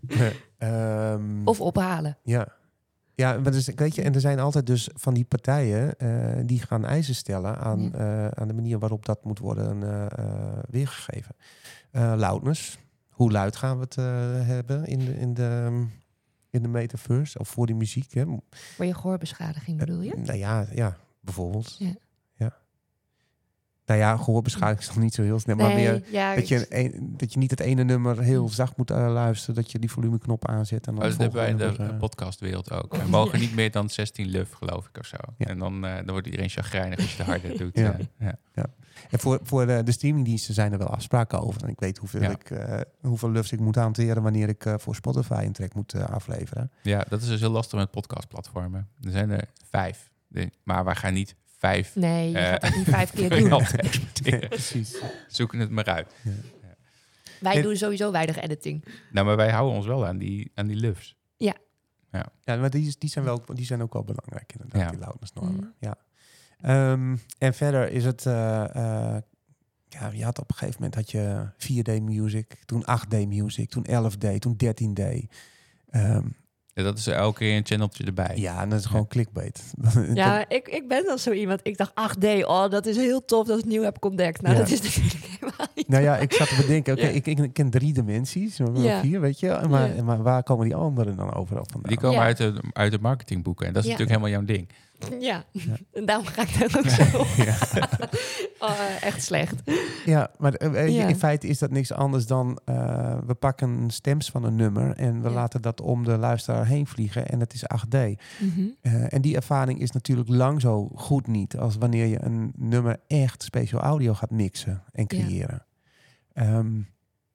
um, Of ophalen. Ja. Ja, maar dus, weet je, en er zijn altijd dus van die partijen uh, die gaan eisen stellen aan, Ja. uh, aan de manier waarop dat moet worden uh, uh, weergegeven. Uh, loudness. Hoe luid gaan we het uh, hebben in de, in, de, in de metaverse? Of voor die muziek, hè? Voor je gehoorbeschadiging bedoel je? Uh, nou ja, ja, bijvoorbeeld. Ja. ja. Nou ja, gehoorbeschadiging is nog niet zo heel snel. Maar Nee, meer ja, dat, je ik- een, dat je niet het ene nummer heel zacht moet uh, luisteren. Dat je die volumeknop aanzet. En dan Oh, dat het hebben wij in de volgende nummer, uh, podcastwereld ook. We mogen niet meer dan zestien luf, geloof ik, of zo. Ja. En dan, uh, dan wordt iedereen chagrijnig als je te harder doet. Ja. Uh, ja. En voor, voor de, de streamingdiensten zijn er wel afspraken over. En ik weet hoeveel, Ja. ik, uh, hoeveel lufs ik moet hanteren wanneer ik uh, voor Spotify een track moet uh, afleveren. ja, dat is dus heel lastig met podcastplatformen. Er zijn er vijf. De- maar wij gaan niet vijf Nee, je eh, gaat het niet vijf keer doen. varianten exporteren. Precies. Zoeken het maar uit. Wij En- doen sowieso weinig editing. Nou, maar wij houden ons wel aan die, aan die lufs. Ja, maar die, die, zijn wel, die zijn ook wel belangrijk inderdaad, Ja. die loudnessnormen. Mhm. Ja. Um, en verder is het... Uh, uh, ja, je had op een gegeven moment had je vier D music, toen acht D music, toen elf D, toen dertien D. Um, Ja, dat is elke keer een channeltje erbij. ja, en dat is gewoon clickbait. Ja, ik, ik ben dan zo iemand. Ik dacht acht D, oh, dat is heel tof dat ik het nieuw heb ontdekt. Nou, Ja. dat is natuurlijk helemaal niet. Nou ja, ik zat te bedenken, oké, Ja. ik, ik ken drie dimensies, maar Ja. vier, weet je. Maar, Ja. maar waar komen die anderen dan overal vandaan? Die komen Ja. uit, de, uit de marketingboeken. En dat is Ja. natuurlijk helemaal jouw ding. Ja, Ja. en daarom ga ik daar ook zo. Ja. Oh, echt slecht. Ja, maar uh, weet je, Ja. in feite is dat niks anders dan... Uh, we pakken stems van een nummer en we Ja. laten dat om de luisteraar heen vliegen. En het is acht D. Mhm. Uh, en die ervaring is natuurlijk lang zo goed niet... als wanneer je een nummer echt special audio gaat mixen en Ja. creëren. Ja, um,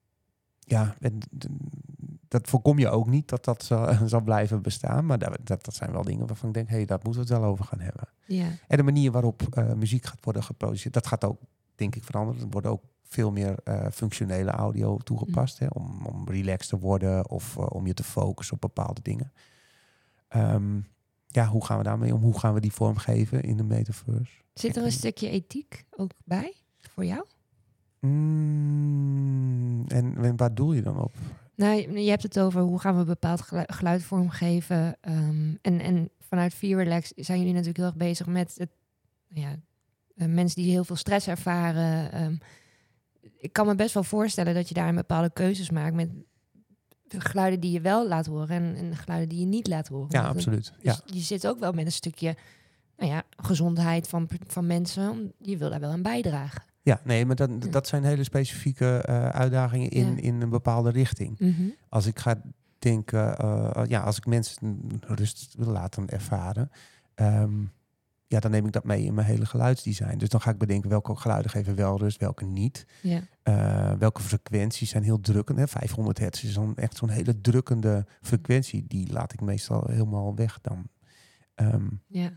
ja en d- dat voorkom je ook niet dat dat zal, zal blijven bestaan. Maar dat, dat, dat zijn wel dingen waarvan ik denk... hé, hey, daar moeten we het wel over gaan hebben. Ja. En de manier waarop uh, muziek gaat worden geproduceerd... dat gaat ook, denk ik, veranderen. Er wordt ook veel meer uh, functionele audio toegepast... Mm. Hè, om, om relaxed te worden of uh, om je te focussen op bepaalde dingen. Um, ja, hoe gaan we daarmee om? Hoe gaan we die vormgeven in de metaverse? Zit er een stukje ethiek ook bij voor jou? Mm, en, en waar doel je dan op? Nou, je hebt het over hoe gaan we bepaald geluid, geluid vormgeven. Um, en, en vanuit V-Relax zijn jullie natuurlijk heel erg bezig met het, ja, uh, mensen die heel veel stress ervaren. Um, ik kan me best wel voorstellen dat je daar een bepaalde keuzes maakt met geluiden die je wel laat horen en, en geluiden die je niet laat horen. Ja, Want absoluut. Dus Ja. je zit ook wel met een stukje nou ja, gezondheid van, van mensen. Je wil daar wel aan bijdragen. Ja, nee, maar dat, dat zijn hele specifieke uh, uitdagingen in, Ja. in een bepaalde richting. Mm-hmm. Als ik ga denken, uh, ja, als ik mensen rust wil laten ervaren, um, ja, dan neem ik dat mee in mijn hele geluidsdesign. Dus dan ga ik bedenken welke geluiden geven wel rust, welke niet. Ja. Uh, welke frequenties zijn heel drukkend. Hè? vijfhonderd hertz is dan echt zo'n hele drukkende frequentie. Die laat ik meestal helemaal weg dan. Um, Ja.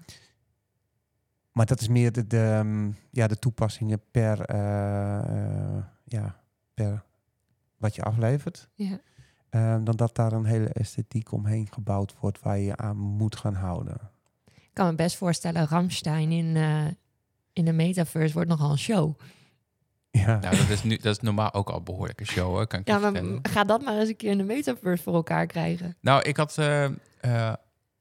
Maar dat is meer de, de, um, ja, de toepassingen per, uh, uh, ja, per wat je aflevert. Ja. Uh, dan dat daar een hele esthetiek omheen gebouwd wordt waar je aan moet gaan houden. Ik kan me best voorstellen, Rammstein in, uh, in de metaverse wordt nogal een show. Ja, Nou, dat is, nu, dat is normaal ook al een behoorlijke show, hoor, kan ik Ja, je maar vertellen. ga dat maar eens een keer in de metaverse voor elkaar krijgen. Nou, ik had... Uh, uh, uh,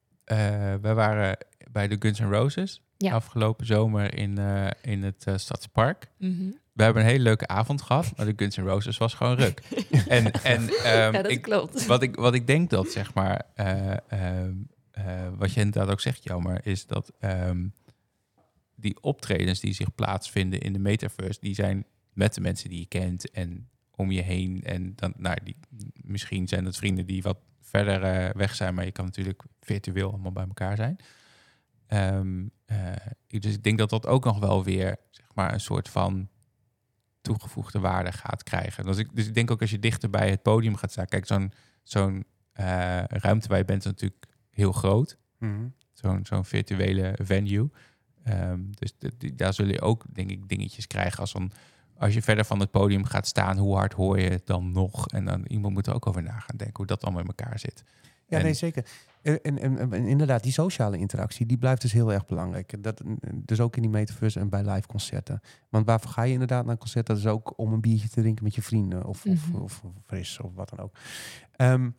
we waren bij de Guns N' Roses Ja. afgelopen zomer in, uh, in het uh, Stadspark. Mm-hmm. We hebben een hele leuke avond gehad, maar de Guns N' Roses was gewoon ruk. en en um, Ja, dat ik, klopt. Wat ik, wat ik denk dat, zeg maar... Uh, uh, uh, wat je inderdaad ook zegt, Jelmer, is dat um, die optredens die zich plaatsvinden in de metaverse, die zijn met de mensen die je kent en om je heen. En dan, nou, die, misschien zijn dat vrienden die wat verder uh, weg zijn, maar je kan natuurlijk virtueel allemaal bij elkaar zijn. Um, uh, dus ik denk dat dat ook nog wel weer, zeg maar, een soort van toegevoegde waarde gaat krijgen. Dus ik, dus ik denk ook als je dichter bij het podium gaat staan, kijk, zo'n, zo'n uh, ruimte waar je bent is natuurlijk heel groot. Mm-hmm. Zo'n, zo'n virtuele venue. Um, dus de, die, daar zul je ook, denk ik, dingetjes krijgen als dan, als je verder van het podium gaat staan, hoe hard hoor je het dan nog? En dan iemand moet er ook over na gaan denken hoe dat allemaal in elkaar zit. Ja, en, nee, zeker. En, en, en, en inderdaad, die sociale interactie, die blijft dus heel erg belangrijk. Dat, dus ook in die metaverse en bij live concerten. Want waarvoor ga je inderdaad naar een concert? Dat is ook om een biertje te drinken met je vrienden. Of, Mm-hmm. of, of, of fris, of wat dan ook. Um,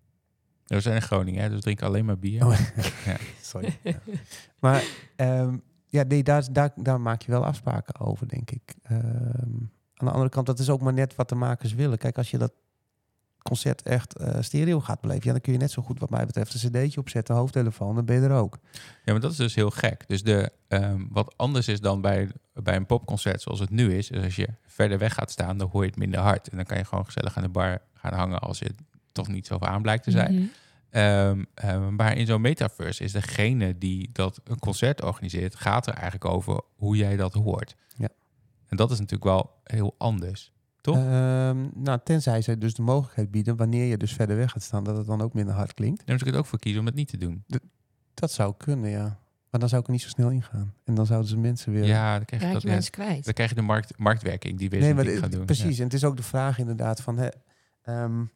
we zijn in Groningen, hè, dus we drinken alleen maar bier. Oh, ja. Sorry. Ja. Maar um, ja, nee, daar, daar, daar maak je wel afspraken over, denk ik. Um, aan de andere kant, dat is ook maar net wat de makers willen. Kijk, als je dat concert echt uh, stereo gaat beleven, ja, dan kun je net zo goed wat mij betreft een cd'tje opzetten, hoofdtelefoon, dan ben je er ook. Ja, maar dat is dus heel gek. Dus de, um, wat anders is dan bij, bij een popconcert zoals het nu is, is als je verder weg gaat staan, dan hoor je het minder hard. En dan kan je gewoon gezellig aan de bar gaan hangen als je toch niet zoveel aan blijkt te zijn. Mm-hmm. Um, um, maar in zo'n metaverse is degene die dat een concert organiseert, gaat er eigenlijk over hoe jij dat hoort. Ja. En dat is natuurlijk wel heel anders. Toch? Um, nou, tenzij ze dus de mogelijkheid bieden, wanneer je dus verder weg gaat staan, dat het dan ook minder hard klinkt. Daar moet ik het ook voor kiezen om het niet te doen. De, dat zou kunnen, ja. Maar dan zou ik er niet zo snel ingaan. En dan zouden ze mensen weer... Ja, dan krijg je, Raak dat, je ja, mensen kwijt. dan krijg je de markt, marktwerking die weer nee, zijn maar ding de, gaat doen. precies. Ja. En het is ook de vraag inderdaad van... Hè, um,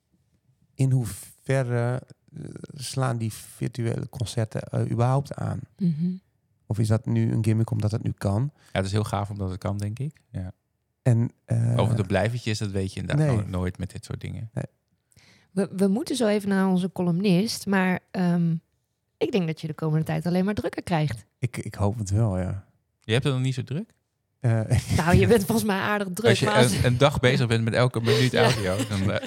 in hoeverre uh, slaan die virtuele concerten uh, überhaupt aan? Mm-hmm. Of is dat nu een gimmick omdat het nu kan? Ja, het is heel gaaf omdat het kan, denk ik. Ja. En, uh, Over de blijvertjes, dat weet je inderdaad nee. no- nooit met dit soort dingen. Nee. We, we moeten zo even naar onze columnist, maar um, ik denk dat je de komende tijd alleen maar drukker krijgt. Ik, ik hoop het wel, ja. Je hebt het nog niet zo druk? Uh, Nou, je bent volgens mij aardig druk. Als je maar als... een, een dag bezig bent met elke minuut Ja. audio, dan... Uh,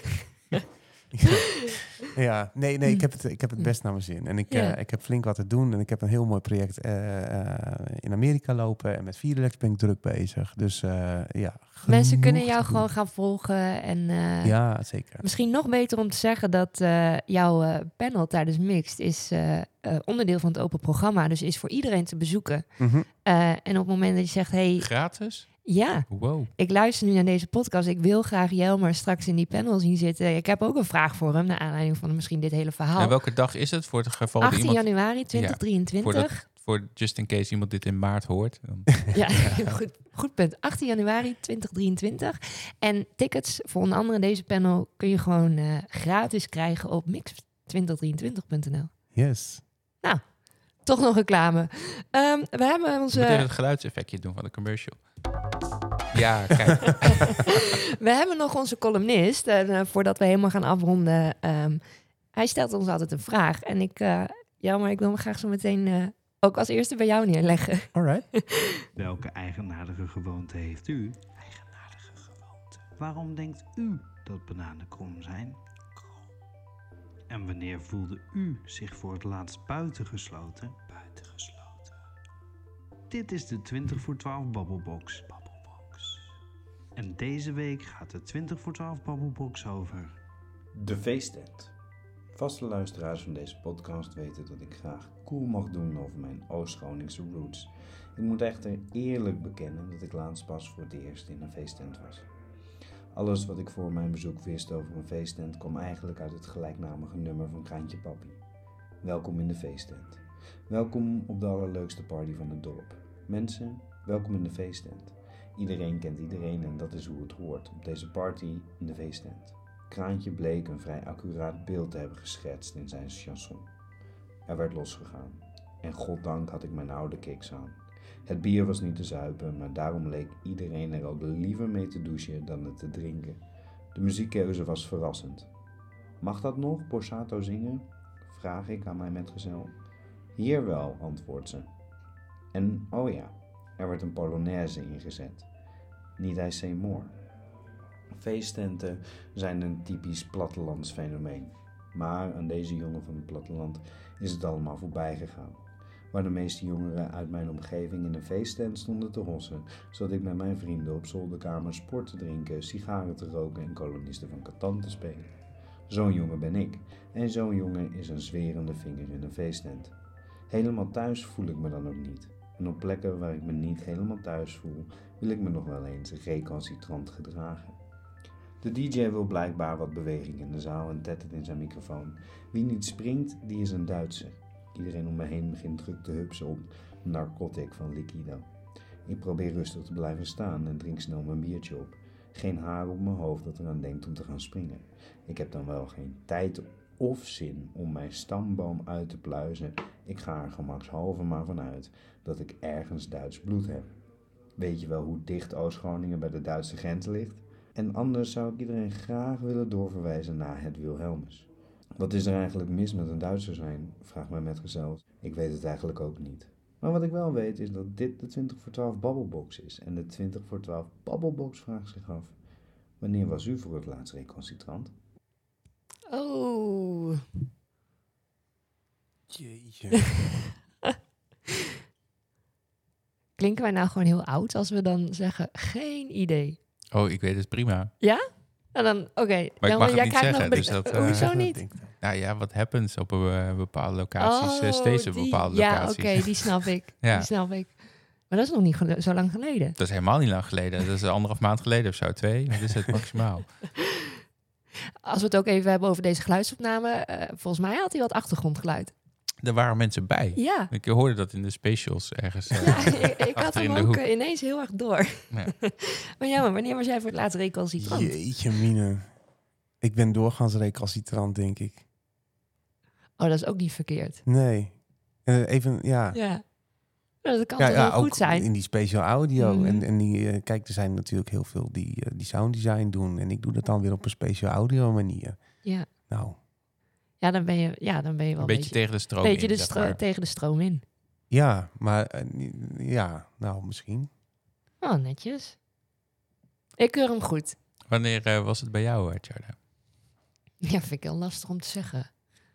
ja, nee, nee, ik heb het, ik heb het best naar mijn zin. En ik, Ja. uh, ik heb flink wat te doen. En ik heb een heel mooi project uh, uh, in Amerika lopen. En met Vierlex ben ik druk bezig. Dus uh, ja. Mensen kunnen genoeg jou te gewoon doen. gaan volgen. En uh, Ja, zeker. misschien nog beter om te zeggen dat uh, jouw uh, panel tijdens Mixed is uh, uh, onderdeel van het open programma. Dus is voor iedereen te bezoeken. Mm-hmm. Uh, en op het moment dat je zegt, hey, gratis? ja, Wow. ik luister nu naar deze podcast. Ik wil graag Jelmer straks in die panel zien zitten. Ik heb ook een vraag voor hem, naar aanleiding van misschien dit hele verhaal. En welke dag is het voor het geval dat achttien iemand... januari tweeduizend drieëntwintig. Voor, dat, voor just in case iemand dit in maart hoort. Dan... Ja, goed, goed punt. achttien januari tweeduizend drieëntwintig. En tickets voor onder andere deze panel kun je gewoon uh, gratis krijgen op mix twintig drieëntwintig punt n l. Yes. Nou, toch nog reclame. Um, we hebben onze... Je moet even het geluidseffectje doen van de commercial. Ja, kijk. we hebben nog onze columnist. En uh, voordat we helemaal gaan afronden. Um, hij stelt ons altijd een vraag. En ik, uh, ja, maar ik wil hem graag zo meteen uh, ook als eerste bij jou neerleggen. All right. Welke eigenaardige gewoonte heeft u? Eigenaardige gewoonte. Waarom denkt u dat bananen krom zijn? Krom. En wanneer voelde u zich voor het laatst buitengesloten? Buitengesloten. Dit is de twintig voor twaalf Babbelbox. Babbelbox. En deze week gaat de twintig voor twaalf Babbelbox over de feesttent. Vaste luisteraars van deze podcast weten dat ik graag cool mag doen over mijn Oost-Groningse roots. Ik moet echter eerlijk bekennen dat ik laatst pas voor het eerst in een feesttent was. Alles wat ik voor mijn bezoek wist over een feesttent kwam eigenlijk uit het gelijknamige nummer van Kraantje Papi. Welkom in de feesttent. Welkom op de allerleukste party van het dorp. Mensen, welkom in de feesttent. Iedereen kent iedereen en dat is hoe het hoort op deze party in de feesttent. Kraantje bleek een vrij accuraat beeld te hebben geschetst in zijn chanson. Er werd losgegaan. En goddank had ik mijn oude kicks aan. Het bier was niet te zuipen, maar daarom leek iedereen er ook liever mee te douchen dan het te drinken. De muziekkeuze was verrassend. Mag dat nog, Borsato zingen? Vraag ik aan mijn metgezel. Hier wel, antwoordt ze. En oh ja, er werd een polonaise ingezet. Niet I say more. Feesttenten zijn een typisch plattelands fenomeen. Maar aan deze jongen van het platteland is het allemaal voorbij gegaan. Waar de meeste jongeren uit mijn omgeving in een feesttent stonden te hossen, zat ik met mijn vrienden op zolderkamer sport te drinken, sigaren te roken en kolonisten van Catan te spelen. Zo'n jongen ben ik. En zo'n jongen is een zwerende vinger in een feesttent. Helemaal thuis voel ik me dan ook niet. En op plekken waar ik me niet helemaal thuis voel, wil ik me nog wel eens recalcitrant gedragen. De D J wil blijkbaar wat beweging in de zaal en tettert in zijn microfoon. Wie niet springt, die is een Duitser. Iedereen om me heen begint druk te hupsen op Narcotic van Liquido. Ik probeer rustig te blijven staan en drink snel mijn biertje op. Geen haar op mijn hoofd dat eraan denkt om te gaan springen. Ik heb dan wel geen tijd of zin om mijn stamboom uit te pluizen. Ik ga er gemakshalve maar vanuit dat ik ergens Duits bloed heb. Weet je wel hoe dicht Oost-Groningen bij de Duitse grens ligt? En anders zou ik iedereen graag willen doorverwijzen naar het Wilhelmus. Wat is er eigenlijk mis met een Duitser zijn? Vraagt mijn metgezel. Ik weet het eigenlijk ook niet. Maar wat ik wel weet is dat dit de twintig voor twaalf Babbelbox is. En de twintig voor twaalf Babbelbox vraagt zich af: wanneer was u voor het laatst recalcitrant? Oh. Jeetje. Klinken wij nou gewoon heel oud als we dan zeggen geen idee? Oh, ik weet het prima. Ja? Nou dan, oké. Maar ik Dan- mag het jij niet krijgt zeggen, nog dus be- dat, eh, Hoezo niet? Nou ja, wat happens op een eh, bepaalde locaties, eh, Oh, steeds op die- bepaalde ja, locaties. oké, die snap ik. Ja. Die snap ik. Maar dat is nog niet gele- zo lang geleden. Dat is helemaal niet lang geleden. Dat is anderhalf maand geleden of zo, twee. Dat is het maximaal. Als we het ook even hebben over deze geluidsopname. eh, volgens mij had hij wat achtergrondgeluid. Er waren mensen bij. Ja. Ik hoorde dat in de specials ergens. eh, Ja, ik, ik had achter hem in de ook hoek. eh, ineens heel erg door. Ja. Maar ja, maar wanneer was jij voor het laatst recalcitrant? Jeetje mine. Ik ben doorgaans recalcitrant, denk ik. Oh, dat is ook niet verkeerd. Nee. Eh, even, ja. Ja. Nou, dat kan Ja, toch ja, heel goed ook zijn? in die special audio. Mhm. En, en die, eh, kijk, er zijn natuurlijk heel veel die, eh, die sound design doen. En ik doe dat dan weer op een special audio manier. Ja. Nou, Ja, dan ben je, ja, dan ben je wel Een een beetje beetje, tegen de stroom beetje in, de zeg stro- maar. tegen de stroom in. ja, maar eh, ja, nou, misschien. Oh, netjes. Ik keur hem goed. Wanneer eh, was het bij jou, uh, Tjarda? Ja, vind ik heel lastig om te zeggen.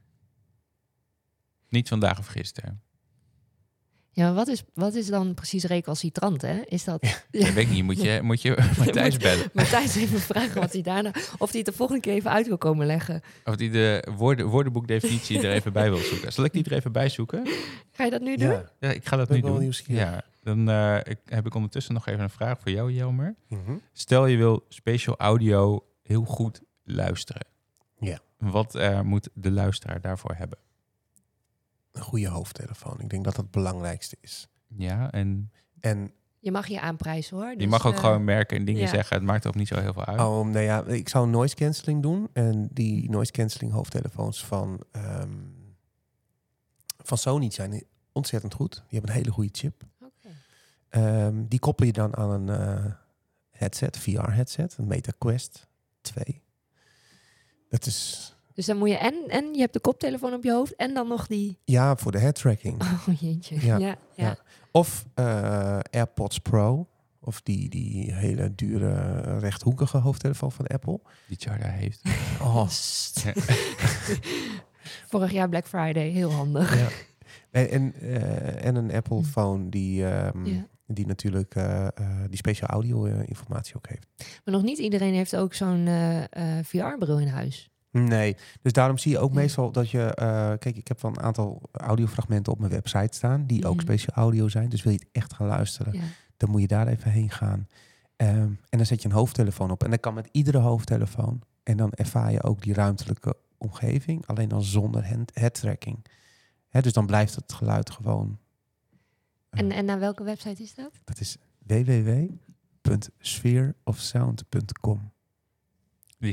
Niet vandaag of gisteren. Ja, maar wat is, wat is dan precies recalcitrant, hè? Is dat... Ja. Dat weet ik niet. Moet je, moet je Matthijs bellen. Matthijs even vragen wat hij daarna... Of hij het de volgende keer even uit wil komen leggen. Of die de woorden, woordenboekdefinitie er even bij wil zoeken. Zal ik die er even bij zoeken? Ga je dat nu doen? Ja. Ja, ik ga dat Ben nu ik wel doen. nieuwsgierig. Ja, dan eh, ik, heb ik ondertussen nog even een vraag voor jou, Jelmer. Mhm. Stel je wil spatial audio heel goed luisteren. Ja. Wat eh, moet de luisteraar daarvoor hebben? Een goede hoofdtelefoon. Ik denk dat dat het belangrijkste is. Ja, en En Je mag je aanprijzen, hoor. je Dus, mag ook eh, gewoon merken en dingen ja. zeggen. Het maakt ook niet zo heel veel uit. oh, nou ja, ik zou noise cancelling doen. En die noise cancelling hoofdtelefoons van, ehm, van Sony zijn ontzettend goed. Die hebben een hele goede chip. Oké. Ehm, die koppel je dan aan een eh, headset, V R headset, een Meta Quest twee. Dat is, Dus dan moet je... En, en je hebt de koptelefoon op je hoofd en dan nog die... ja, voor de head tracking. Oh, jeetje. Ja, Ja, ja. ja. Of eh, AirPods Pro. Of die, die hele dure rechthoekige hoofdtelefoon van Apple. Die Tjarda heeft. Oh, Psst. Vorig jaar Black Friday, heel handig. ja. En, en, eh, en een Apple phone die, ehm, Ja. Die natuurlijk uh, uh, die speciaal audio uh, informatie ook heeft. Maar nog niet iedereen heeft ook zo'n uh, uh, V R-bril in huis. Nee, dus daarom zie je ook Ja. meestal dat je... Uh, kijk, ik heb wel een aantal audiofragmenten op mijn website staan... die Mm-hmm. ook speciaal audio zijn. Dus wil je het echt gaan luisteren, Ja. dan moet je daar even heen gaan. Um, en dan zet je een hoofdtelefoon op. En dat kan met iedere hoofdtelefoon. En dan ervaar je ook die ruimtelijke omgeving. Alleen dan zonder hand- headtracking. Hè, dus dan blijft het geluid gewoon... Uh, En, en naar welke website is dat? dat is w w w punt sphere of sound punt com. Die,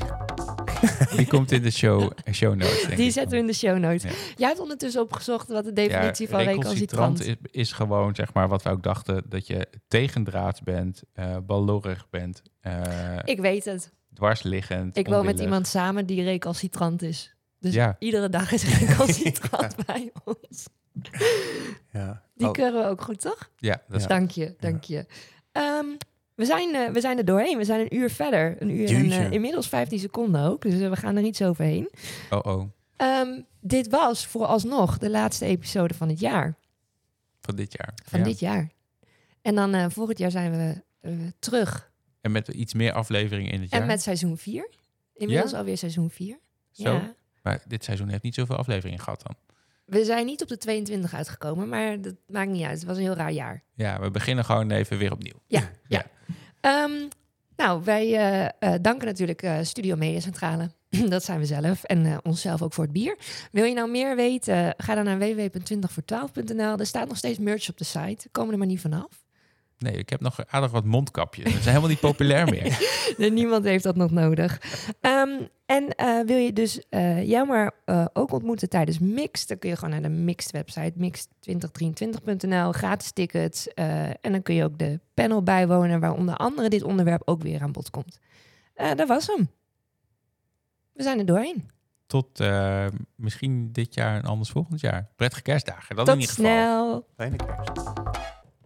die komt in de show, show notes, denk Die ik. zetten we in de show notes. Ja. Jij hebt ondertussen opgezocht wat de definitie Ja, van recalcitrant is, is gewoon, zeg maar, wat we ook dachten... dat je tegendraads bent, uh, ballorig bent, uh, Ik weet het. dwarsliggend, Ik woon met onwillig. iemand samen die recalcitrant is. Dus Ja. iedere dag is recalcitrant bij ons. Ja. Die Oh, keuren we ook goed, toch? Ja, dat is Ja. Dank je, dank je. Um, we, zijn, uh, we zijn er doorheen. We zijn een uur verder. Een uur en Jeetje. uh, inmiddels vijftien seconden ook. Dus uh, we gaan er iets overheen. Oh, oh. Um, dit was vooralsnog de laatste episode van het jaar. Van dit jaar. Van Ja. dit jaar. En dan uh, volgend jaar zijn we uh, terug. En met iets meer afleveringen in het jaar. En met seizoen vier. Inmiddels Ja? alweer seizoen vier. Zo? Ja. Maar dit seizoen heeft niet zoveel afleveringen gehad dan. We zijn niet op de tweeëntwintig uitgekomen, maar dat maakt niet uit. Het was een heel raar jaar. Ja, we beginnen gewoon even weer opnieuw. Ja, ja. Um, nou, wij uh, uh, danken natuurlijk uh, Studio Mediacentrale. Dat zijn we zelf. En uh, onszelf ook voor het bier. Wil je nou meer weten? Ga dan naar w w w punt twintig voor twaalf punt n l. Er staat nog steeds merch op de site. We komen er maar niet vanaf. Nee, ik heb nog aardig wat mondkapjes. Dat zijn helemaal niet populair meer. Nee, niemand heeft dat nog nodig. Um, en uh, wil je dus uh, jou maar uh, ook ontmoeten tijdens Mixed, dan kun je gewoon naar de Mixed website, mixed twintig drieëntwintig punt n l, gratis tickets. Uh, en dan kun je ook de panel bijwonen, waar onder andere dit onderwerp ook weer aan bod komt. Uh, dat was hem. We zijn er doorheen. Tot uh, misschien dit jaar en anders volgend jaar. Prettige kerstdagen. Dat Tot in ieder geval. snel. Fijne kerst.